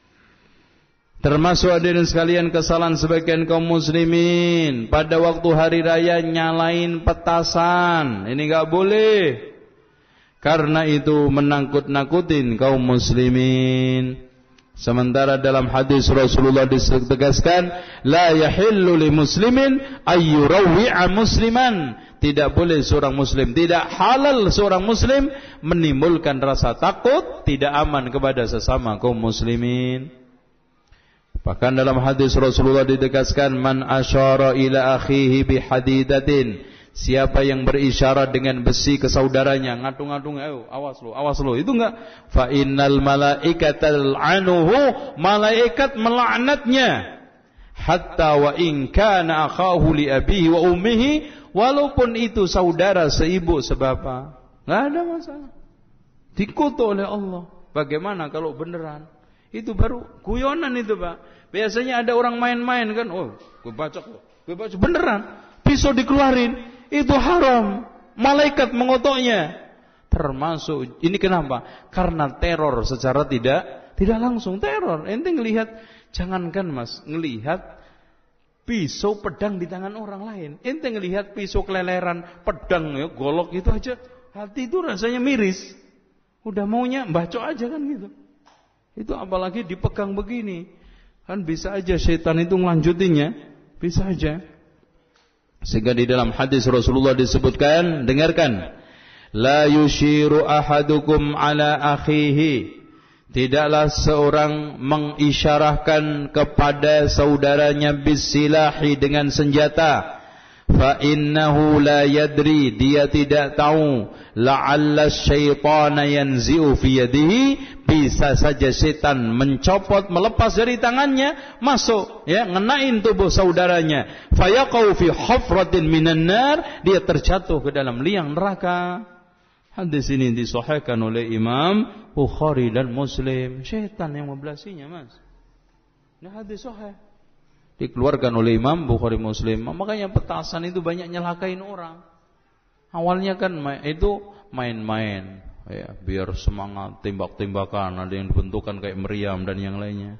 Termasuk hadirin sekalian kesalahan sebagian kaum muslimin pada waktu hari raya nyalain petasan. Ini enggak boleh. Karena itu menakut-nakutin kaum muslimin. Sementara dalam hadis Rasulullah ditegaskan, la yahillu li muslimin ayyurawwi'a musliman. Tidak boleh seorang muslim, tidak halal seorang muslim menimbulkan rasa takut, tidak aman kepada sesama kaum muslimin. Bahkan dalam hadis Rasulullah ditegaskan, man asyara ila akhihi bihadidatin. Siapa yang berisyarat dengan besi ke saudaranya, ngatung-ngatung, ayo awas lo, itu enggak. Fa innal malaikata al'anuhu, malaikat melaknatnya. Hatta wa in kana akhahu li abihi wa ummihi, walaupun itu saudara seibu sebapa, enggak ada masalah. Dikutuk oleh Allah. Bagaimana kalau beneran? Itu baru guyonan itu, Pak. Biasanya ada orang main-main kan, oh, gue bacok beneran, pisau dikeluarin. Itu haram. Malaikat mengutuknya. Termasuk ini kenapa? Karena teror secara tidak langsung teror. Ente ngelihat, jangankan Mas, ngelihat pisau pedang di tangan orang lain. Ente ngelihat pisau keleleran, pedang ya, golok itu aja, hati itu rasanya miris. Udah maunya bacok aja kan gitu. Itu apalagi dipegang begini. Kan bisa aja setan itu ngelanjutinnya. Bisa aja. Sehingga di dalam hadis Rasulullah disebutkan, dengarkan, la yushiru ahadukum ala akhihi. Tidaklah seorang mengisyarahkan kepada saudaranya bisilahi dengan senjata. Fa innahu la yadri, dia tidak tahu, la'alla syaitana yanzi'u fi yadihi, bisa saja setan mencopot, melepas dari tangannya, masuk ya, ngenain tubuh saudaranya. Fayaqau fi hafratin minan nar, dia terjatuh ke dalam liang neraka. Hadis ini disahihkan oleh Imam Bukhari dan Muslim. Setan yang membelasinya, Mas. Nah, hadis sahih. Dikeluarkan oleh Imam Bukhari Muslim. Makanya petasan itu banyak nyelakain orang. Awalnya kan itu main-main ya, biar semangat, tembak-tembakan, ada yang dibentukkan kayak meriam dan yang lainnya.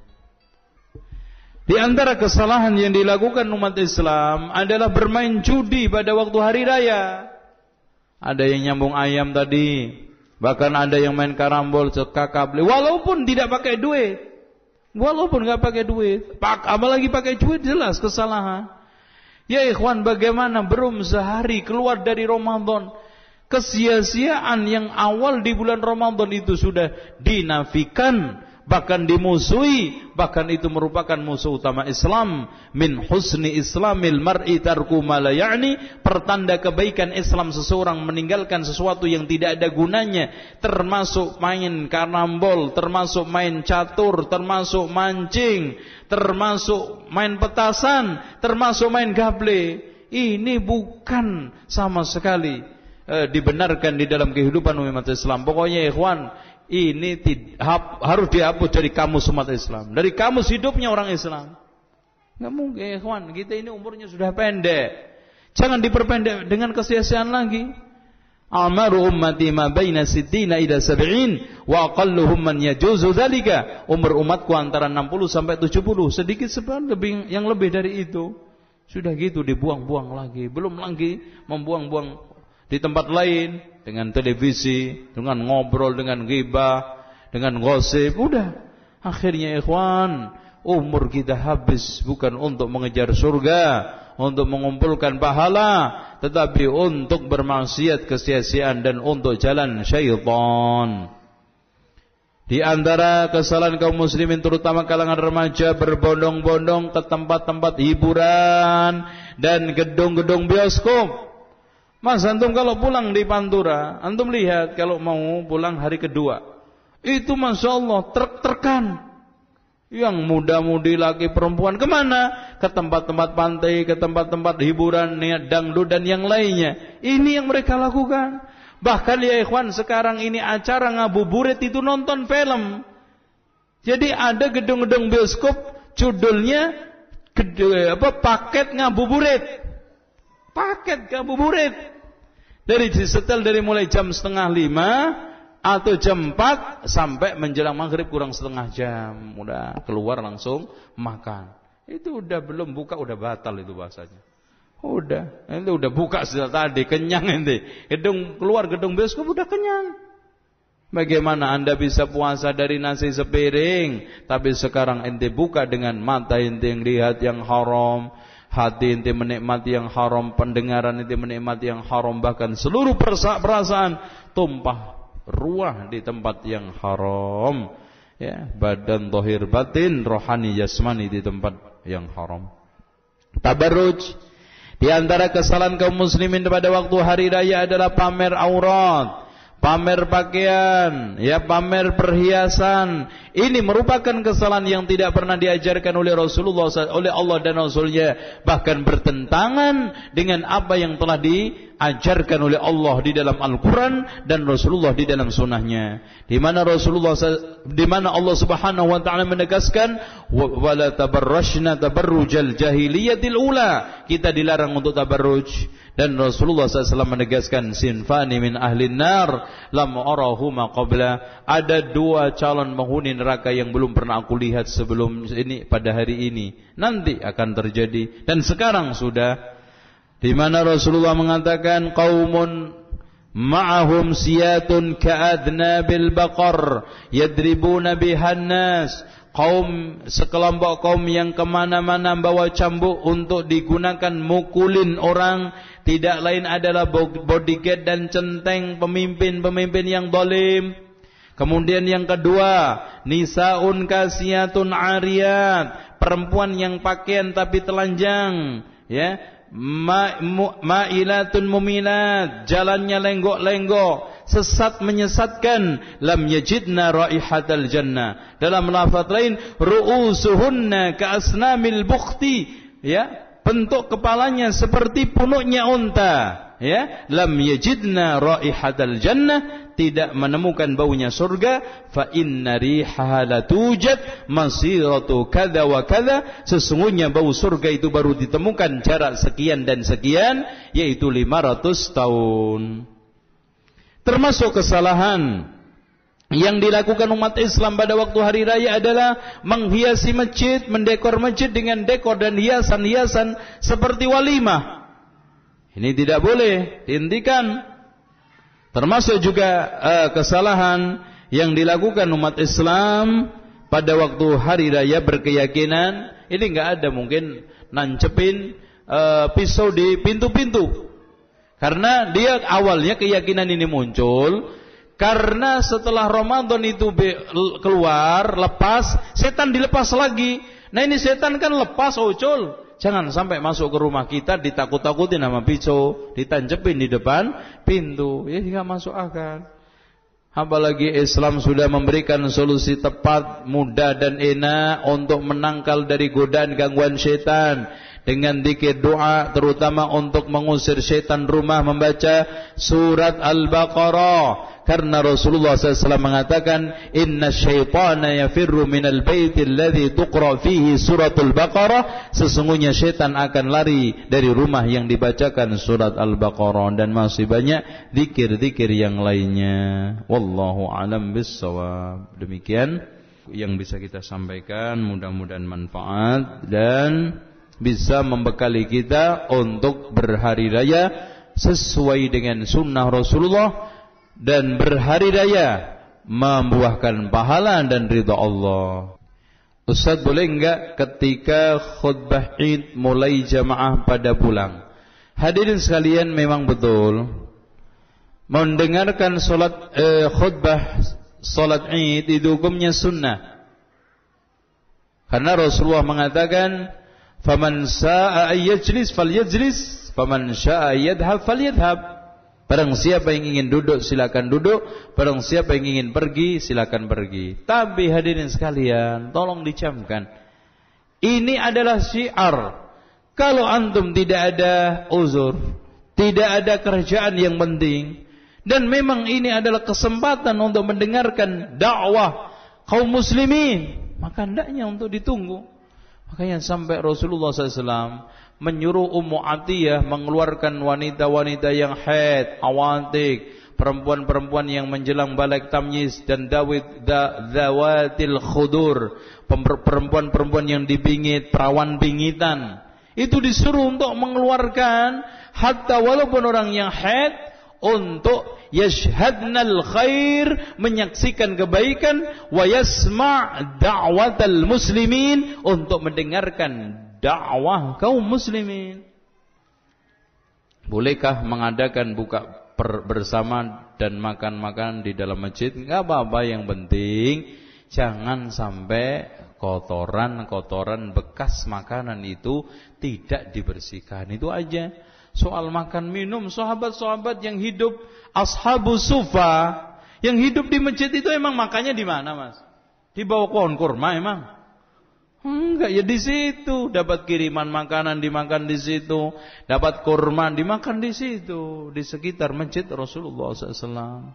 Di antara kesalahan yang dilakukan umat Islam adalah bermain judi pada waktu hari raya. Ada yang nyambung ayam tadi, bahkan ada yang main karambol, cekakak, walaupun tidak pakai duit. Walaupun enggak pakai duit, apalagi pakai duit, jelas kesalahan. Ya ikhwan, bagaimana belum sehari keluar dari Ramadan, kesia-siaan yang awal di bulan Ramadan itu sudah dinafikan, bahkan dimusuhi, bahkan itu merupakan musuh utama Islam. Min husni islamil mar'i tarku ma la ya'ni, pertanda kebaikan Islam seseorang meninggalkan sesuatu yang tidak ada gunanya, termasuk main karambol, termasuk main catur, termasuk mancing, termasuk main petasan, termasuk main gable. Ini bukan sama sekali dibenarkan di dalam kehidupan umat Islam. Pokoknya ikhwan, ini harus dihapus dari kamus umat Islam, dari kamus hidupnya orang Islam. Enggak mungkin ikhwan, kita ini umurnya sudah pendek. Jangan diperpendek dengan kesia-siaan lagi. Amaru ummati ma baina 60 ila 70 wa aqalluhum man yajuzu dzalika. Umur umatku antara 60 sampai 70, sedikit lebih yang lebih dari itu. Sudah gitu dibuang-buang lagi, belum lagi membuang-buang di tempat lain dengan televisi, dengan ngobrol, dengan ghibah, dengan gosip. Udah, akhirnya ikhwan, umur kita habis bukan untuk mengejar surga, untuk mengumpulkan pahala, tetapi untuk bermaksiat, kesia-siaan, dan untuk jalan syaitan. Di antara kesalahan kaum muslimin terutama kalangan remaja berbondong-bondong ke tempat-tempat hiburan dan gedung-gedung bioskop. Mas, antum kalau pulang di Pantura, antum lihat kalau mau pulang hari kedua, itu Masya Allah truk-trukan. Yang muda-mudi laki perempuan kemana? Ke tempat-tempat pantai, ke tempat-tempat hiburan, niat dangdut dan yang lainnya. Ini yang mereka lakukan. Bahkan ya ikhwan, sekarang ini acara ngabuburit itu nonton film. Jadi ada gedung-gedung bioskop judulnya paket ngabuburit. Paket ngabuburit. Dari disetel dari mulai jam 4:30 atau jam 4 sampai menjelang maghrib kurang setengah jam. Udah keluar langsung makan. Itu udah belum buka udah batal itu bahasanya. Udah, ente udah buka sejak tadi, kenyang ente. Keluar gedung bioskop udah kenyang. Bagaimana anda bisa puasa dari nasi sepiring, tapi sekarang ente buka dengan mata ente yang lihat yang haram, hati ente menikmati yang haram, pendengaran ente menikmati yang haram, bahkan seluruh perasaan tumpah ruah di tempat yang haram. Ya, badan zahir batin, rohani jasmani di tempat yang haram. Tabarruj. Di antara kesalahan kaum muslimin pada waktu hari raya adalah pamer aurat, pamer pakaian, ya pamer perhiasan. Ini merupakan kesalahan yang tidak pernah diajarkan oleh Rasulullah, oleh Allah dan Rasulnya, bahkan bertentangan dengan apa yang telah diajarkan oleh Allah di dalam Al-Quran dan Rasulullah di dalam sunnahnya. Di mana Allah Subhanahu Wa Taala menegaskan, wala tabarrajna tabarrujal jahiliyatil ula. Kita dilarang untuk tabarruj. Dan Rasulullah SAW menegaskan, sinfani min ahlin nar lam arahuma qabla. Ada dua calon penghuni neraka yang belum pernah aku lihat sebelum ini, pada hari ini. Nanti akan terjadi dan sekarang sudah. Di mana Rasulullah mengatakan, qaumun ma'ahum siyatun ka'adnabil baqar yadribuna bihan nas. Sekelompok kaum yang kemana-mana bawa cambuk untuk digunakan mukulin orang, tidak lain adalah bodyguard dan centeng pemimpin-pemimpin yang zalim. Kemudian yang kedua, nisaun kasiyatun ariyat, perempuan yang pakaian tapi telanjang, ya, ma'ilatun mumilat, jalannya lenggok-lenggok, sesat menyesatkan, lam yajidna raihatal jannah. Dalam lafaz lain, ru'usuhunna ka'asnamil bukhti, ya, bentuk kepalanya seperti punuknya unta, ya, lam yajidna raihatal jannah, tidak menemukan baunya surga. Fa inna rihaha latujad masiratu kadza wa kadza, sesungguhnya bau surga itu baru ditemukan jarak sekian dan sekian, yaitu 500 tahun. Termasuk kesalahan yang dilakukan umat Islam pada waktu hari raya adalah menghiasi masjid, mendekor masjid dengan dekor dan hiasan-hiasan seperti walimah. Ini tidak boleh, dihentikan. Termasuk juga kesalahan yang dilakukan umat Islam pada waktu hari raya berkeyakinan, ini enggak ada mungkin nancepin pisau di pintu-pintu. Karena dia awalnya keyakinan ini muncul karena setelah Ramadan itu keluar, lepas, setan dilepas lagi. Nah ini setan kan lepas, ucul. Jangan sampai masuk ke rumah kita ditakut-takutin sama pisau, ditancepin di depan pintu. Ya tidak masuk akal. Apalagi Islam sudah memberikan solusi tepat, mudah dan enak untuk menangkal dari godaan gangguan setan. Dengan zikir doa, terutama untuk mengusir setan rumah, membaca surat Al-Baqarah. karena Rasulullah SAW mengatakan inna syaitana yafirru minal baiti alladhi tuqra fihi suratul Baqarah, sesungguhnya syaitan akan lari dari rumah yang dibacakan surat Al-Baqarah, dan masih banyak zikir-zikir yang lainnya. Wallahu alam bissawab. Demikian yang bisa kita sampaikan, mudah-mudahan manfaat dan bisa membekali kita untuk berhari raya sesuai dengan sunnah Rasulullah, dan berhari raya membuahkan pahala dan ridha Allah. Ustaz, boleh enggak ketika khutbah Id mulai jamaah pada pulang? Hadirin sekalian, memang betul mendengarkan khutbah salat Id itu hukumnya sunnah, karena Rasulullah mengatakan faman syaa ayyajlis falyajlis, faman syaa yadhhab falyadhhab. Barang siapa yang ingin duduk silakan duduk, barang siapa yang ingin pergi silakan pergi. Tapi hadirin sekalian, tolong dicamkan, ini adalah syiar. Kalau antum tidak ada uzur, tidak ada kerjaan yang penting, dan memang ini adalah kesempatan untuk mendengarkan dakwah kaum muslimin, maka hendaknya untuk ditunggu. Makanya sampai Rasulullah SAW menyuruh Ummu Atiyah mengeluarkan wanita-wanita yang haid, awatik, perempuan-perempuan yang menjelang balik tamyiz, dan dawatil khudur, perempuan-perempuan yang dibingit, perawan bingitan. Itu disuruh untuk mengeluarkan, hatta walaupun orang yang haid, untuk yashhadnal khair, menyaksikan kebaikan, wa yasma' da'watal muslimin, untuk mendengarkan dakwah kaum muslimin. Bolehkah mengadakan buka bersama dan makan-makan di dalam masjid? Enggak apa-apa, yang penting jangan sampai kotoran-kotoran bekas makanan itu tidak dibersihkan. Itu aja. Soal makan minum, sahabat-sahabat yang hidup, ashabus sufa, yang hidup di masjid itu emang makannya di mana, Mas? Di bawah pohon kurma emang? Enggak, ya di situ dapat kiriman makanan dimakan di situ, dapat kurma dimakan di situ, di sekitar masjid Rasulullah SAW.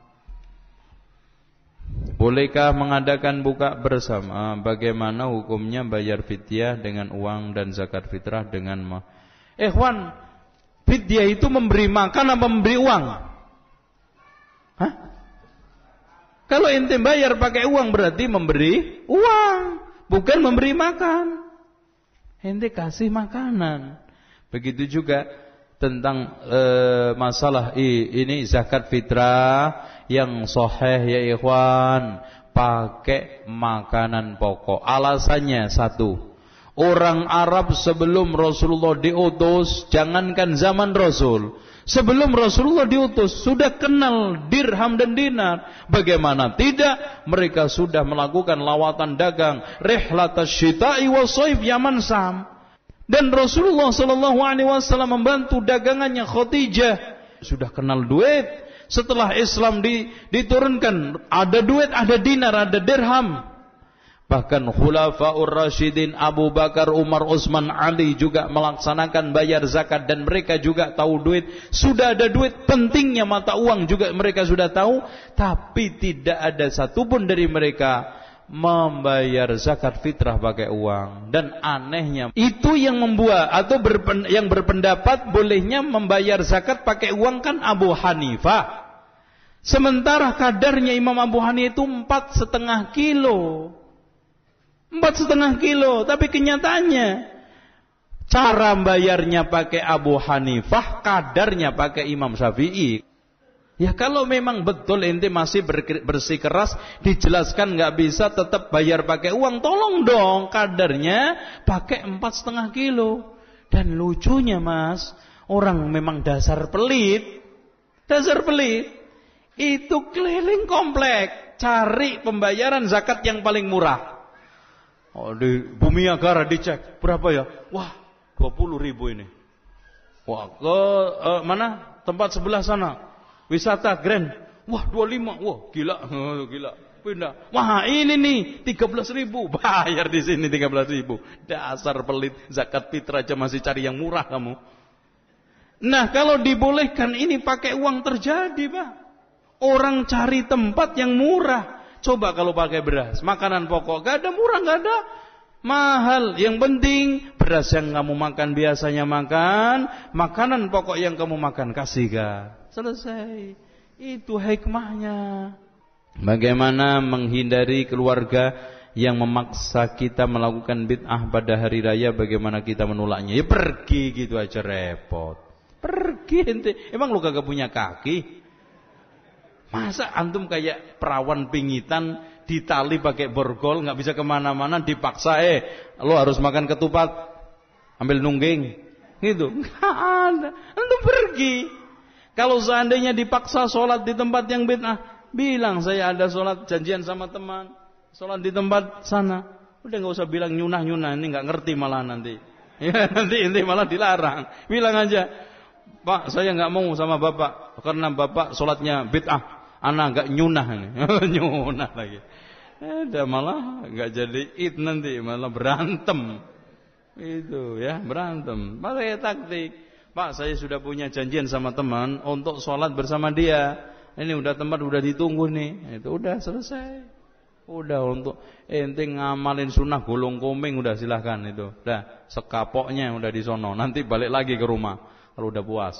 Bolehkah mengadakan buka bersama? Bagaimana hukumnya bayar fidyah dengan uang dan zakat fitrah dengan Ikhwan, fidyah itu memberi makan apa memberi uang? Hah? Kalau ente bayar pakai uang berarti memberi uang, bukan memberi makan. Ente kasih makanan. Begitu juga tentang masalah ini zakat fitrah yang sahih ya ikhwan, pakai makanan pokok. Alasannya satu, orang Arab sebelum Rasulullah diutus, jangankan zaman Rasul, sebelum Rasulullah diutus sudah kenal dirham dan dinar. Bagaimana tidak? Mereka sudah melakukan lawatan dagang, rihlatas syita'i wa shaif Yaman Sam. Dan Rasulullah SAW membantu dagangannya Khadijah. Sudah kenal duit. Setelah Islam diturunkan, ada duit, ada dinar, ada dirham. Bahkan Khulafaur Rasyidin Abu Bakar, Umar, Utsman, Ali juga melaksanakan bayar zakat, dan mereka juga tahu duit. Sudah ada duit, pentingnya mata uang juga mereka sudah tahu, tapi tidak ada satupun dari mereka membayar zakat fitrah pakai uang. Dan anehnya itu yang membuat atau yang berpendapat bolehnya membayar zakat pakai uang kan Abu Hanifah. Sementara kadarnya Imam Abu Hanifah itu 4,5 kilo. 4,5 kilo. Tapi kenyataannya cara bayarnya pakai Abu Hanifah, kadarnya pakai Imam Syafi'i. Ya kalau memang betul ente masih bersikeras dijelaskan nggak bisa tetap bayar pakai uang, tolong dong kadarnya pakai 4,5 kilo. Dan lucunya Mas, orang memang dasar pelit, itu keliling komplek cari pembayaran zakat yang paling murah. Oh, di Bumi Agara dicek berapa ya? Wah, 20.000 ini. Wah, ke mana? Tempat sebelah sana. Wisata Grand. Wah, 25. Wah, gila. Pindah. Wah, ini nih 13.000. Bayar di sini 13.000. Dasar pelit, zakat fitrah aja masih cari yang murah kamu. Nah, kalau dibolehkan ini pakai uang terjadi, Pak. Orang cari tempat yang murah. Coba kalau pakai beras, makanan pokok, gak ada murah, gak ada mahal. Yang penting beras yang kamu makan biasanya makan, makanan pokok yang kamu makan kasih gak? Selesai. Itu hikmahnya. Bagaimana menghindari keluarga yang memaksa kita melakukan bid'ah pada hari raya, bagaimana kita menolaknya? Ya pergi gitu aja, repot. Pergi ente. Emang lu kagak punya kaki? Masa antum kayak perawan pingitan ditali pakai borgol, nggak bisa kemana-mana, dipaksa lo harus makan ketupat, ambil nungging, gitu. Nggak ada. Antum pergi. Kalau seandainya dipaksa sholat di tempat yang bid'ah, bilang saya ada sholat janjian sama teman, sholat di tempat sana. Udah nggak usah bilang nyunah-nyunah, ini nggak ngerti malah nanti. Ya nanti malah dilarang. Bilang aja, Pak saya nggak mau sama bapak karena bapak sholatnya bid'ah. Anak gak nyunah nih. Nyunah lagi. Udah malah gak jadi id nanti, malah berantem. Itu ya, berantem. Pakai taktik. Pak, saya sudah punya janjian sama teman untuk sholat bersama dia. Ini udah tempat udah ditunggu nih. Itu udah selesai. Udah untuk ente ngamalin sunnah gulung komeng udah silahkan itu. Udah sekapoknya udah di sono. Nanti balik lagi ke rumah kalau udah puas.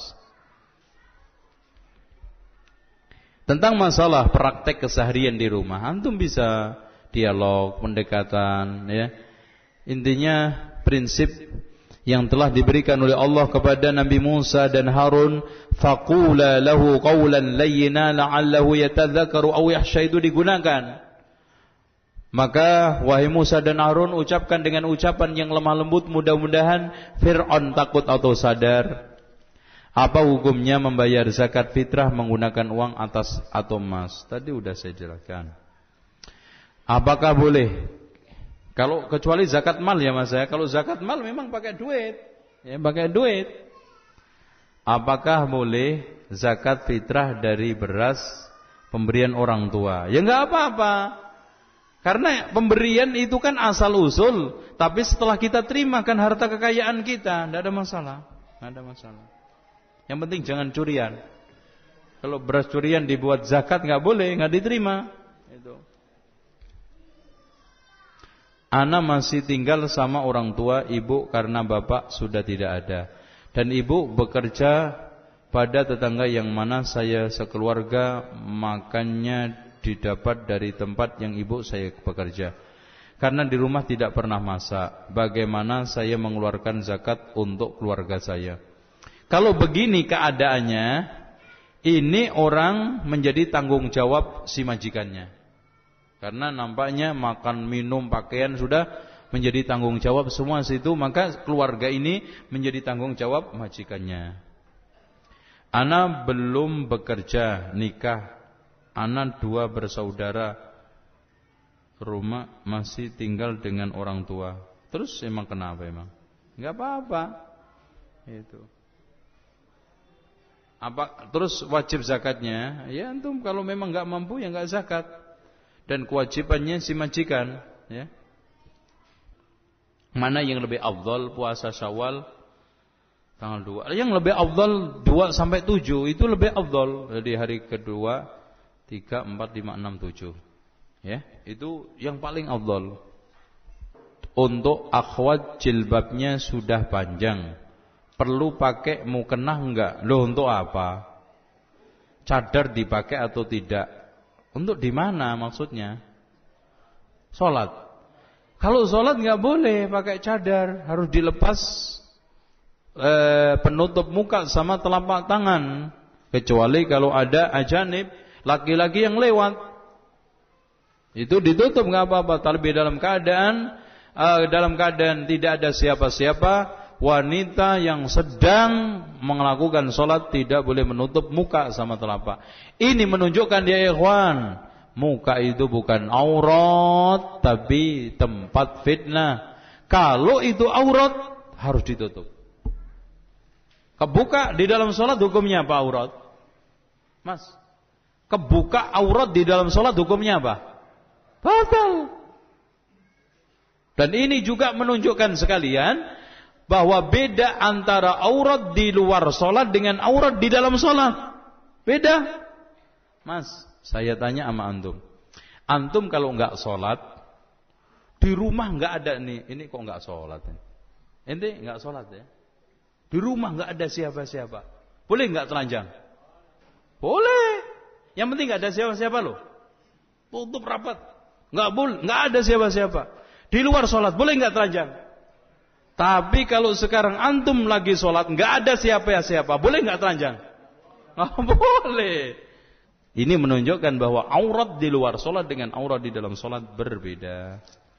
Tentang masalah praktek keseharian di rumah, antum bisa dialog, pendekatan, ya. Intinya prinsip yang telah diberikan oleh Allah kepada Nabi Musa dan Harun, faqula lahu qawlan layyina la'allahu yatadzakkaru aw yakhsha, itu digunakan. Maka wahai Musa dan Harun, ucapkan dengan ucapan yang lemah lembut, mudah-mudahan Fir'aun takut atau sadar. Apa hukumnya membayar zakat fitrah menggunakan uang atas atau emas? Tadi udah saya jelaskan. Apakah boleh? Kalau kecuali zakat mal ya Mas ya. Kalau zakat mal memang pakai duit. Ya, pakai duit. Apakah boleh zakat fitrah dari beras pemberian orang tua? Ya enggak apa-apa. Karena pemberian itu kan asal usul, tapi setelah kita terima kan harta kekayaan kita, enggak ada masalah. Enggak ada masalah. Yang penting jangan curian. Kalau beras curian dibuat zakat nggak boleh, nggak diterima. Itu. Ana masih tinggal sama orang tua ibu karena bapak sudah tidak ada. Dan ibu bekerja pada tetangga yang mana saya sekeluarga makannya didapat dari tempat yang ibu saya bekerja. Karena di rumah tidak pernah masak. Bagaimana saya mengeluarkan zakat untuk keluarga saya? Kalau begini keadaannya, ini orang menjadi tanggung jawab si majikannya. Karena nampaknya makan, minum, pakaian sudah menjadi tanggung jawab semua situ, maka keluarga ini menjadi tanggung jawab majikannya. Ana belum bekerja, nikah. Ana 2 bersaudara, rumah masih tinggal dengan orang tua. Terus emang kenapa emang? Enggak apa-apa. Itu. Apa terus wajib zakatnya? Ya antum kalau memang enggak mampu ya enggak zakat. Dan kewajibannya si majikan, ya. Mana yang lebih afdal, puasa Syawal tanggal 2? Yang lebih afdal 2 sampai 7 itu lebih afdal. Jadi hari kedua 3, 4, 5, 6, 7. Ya, itu yang paling afdal. Untuk akhwat jilbabnya sudah panjang. Perlu pakai mukena enggak? Loh untuk apa? Cadar dipakai atau tidak? Untuk di mana maksudnya? Sholat. Kalau sholat enggak boleh pakai cadar, harus dilepas penutup muka sama telapak tangan. Kecuali kalau ada ajanib, laki-laki yang lewat. Itu ditutup enggak apa-apa, tapi dalam keadaan tidak ada siapa-siapa. Wanita yang sedang melakukan sholat tidak boleh menutup muka sama telapak. Ini menunjukkan ya ikhwan, muka itu bukan aurat, tapi tempat fitnah. Kalau itu aurat, harus ditutup. Kebuka di dalam sholat hukumnya apa aurat? Mas, kebuka aurat di dalam sholat hukumnya apa? Batal. Dan ini juga menunjukkan sekalian bahwa beda antara aurat di luar sholat dengan aurat di dalam sholat. Beda. Mas, saya tanya sama antum. Antum kalau enggak sholat, di rumah enggak ada nih. Ini kok enggak sholat? Ente enggak sholat ya? Di rumah enggak ada siapa-siapa. Boleh enggak telanjang? Boleh. Yang penting enggak ada siapa-siapa loh. Tutup rapat. Enggak boleh, enggak ada siapa-siapa. Di luar sholat boleh enggak telanjang? Tapi kalau sekarang antum lagi sholat enggak ada siapa-siapa, boleh enggak telanjang? Enggak boleh. Ini menunjukkan bahwa aurat di luar sholat dengan aurat di dalam sholat berbeda.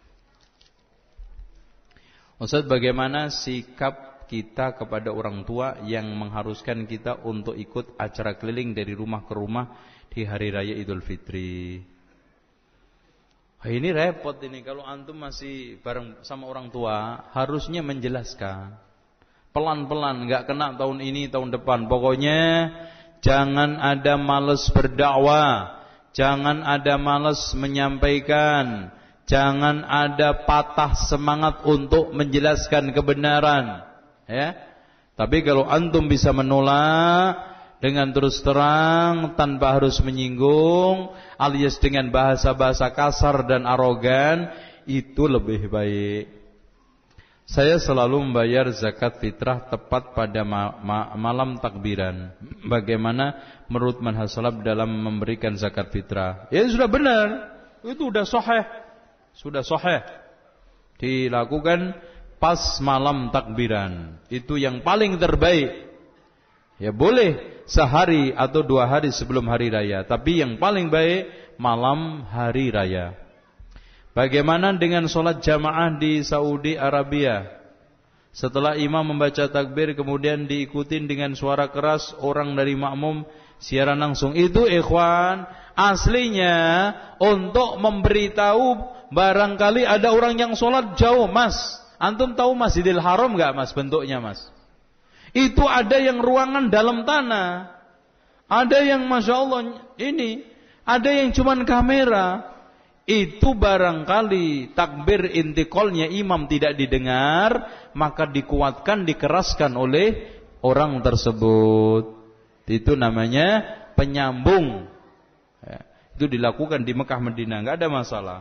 Ustaz, bagaimana sikap kita kepada orang tua yang mengharuskan kita untuk ikut acara keliling dari rumah ke rumah di hari raya Idul Fitri? Ini repot ini, kalau antum masih bareng sama orang tua, harusnya menjelaskan. Pelan-pelan, enggak kena tahun ini, tahun depan. Pokoknya jangan ada malas berdakwah, jangan ada malas menyampaikan, jangan ada patah semangat untuk menjelaskan kebenaran, ya. Tapi kalau antum bisa menolak dengan terus terang tanpa harus menyinggung, alias dengan bahasa-bahasa kasar dan arogan, itu lebih baik. Saya selalu membayar zakat fitrah tepat pada malam takbiran. Bagaimana menurut manhaj salaf dalam memberikan zakat fitrah? Ya sudah benar, itu sudah sahih. Sudah sahih. Dilakukan pas malam takbiran. Itu yang paling terbaik. Ya boleh sehari atau 2 hari sebelum hari raya, tapi yang paling baik malam hari raya. Bagaimana dengan sholat jamaah di Saudi Arabia? Setelah imam membaca takbir kemudian diikutin dengan suara keras orang dari makmum siaran langsung. Itu ikhwan, aslinya untuk memberitahu barangkali ada orang yang sholat jauh. Mas, antum tahu Masjidil Haram enggak mas bentuknya mas? Itu ada yang ruangan dalam tanah, ada yang Masya Allah ini, ada yang cuman kamera. Itu barangkali takbir intiqalnya imam tidak didengar, maka dikuatkan, dikeraskan oleh orang tersebut. Itu namanya penyambung, ya, itu dilakukan di Mekah Madinah, enggak ada masalah.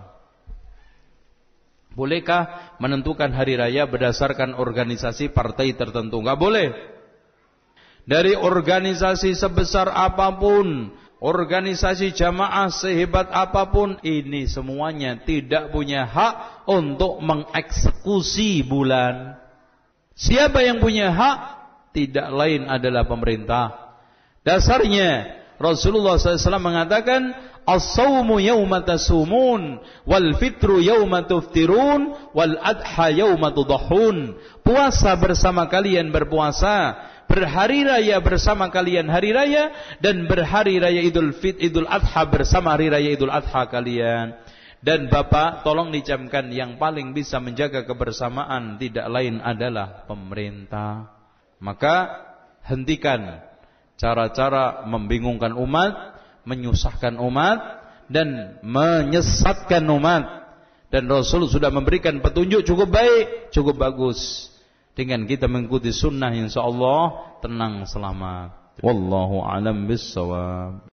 Bolehkah menentukan hari raya berdasarkan organisasi partai tertentu? Enggak boleh. Dari organisasi sebesar apapun, organisasi jamaah sehebat apapun, ini semuanya tidak punya hak untuk mengeksekusi bulan. Siapa yang punya hak? Tidak lain adalah pemerintah. Dasarnya Rasulullah SAW mengatakan, as-sawmu yawma tasumun, wal fitru yawma tuftirun, wal adha yawma tudahun. Puasa bersama kalian berpuasa, berhari raya bersama kalian hari raya, dan berhari raya Idul Adha bersama hari raya Idul Adha kalian. Dan Bapak tolong dicamkan, yang paling bisa menjaga kebersamaan tidak lain adalah pemerintah. Maka hentikan cara-cara membingungkan umat, menyusahkan umat, dan menyesatkan umat. Dan Rasul sudah memberikan petunjuk cukup baik, cukup bagus. Dengan kita mengikuti sunnah, insyaallah tenang selamat. Wallahu a'lam bissawab.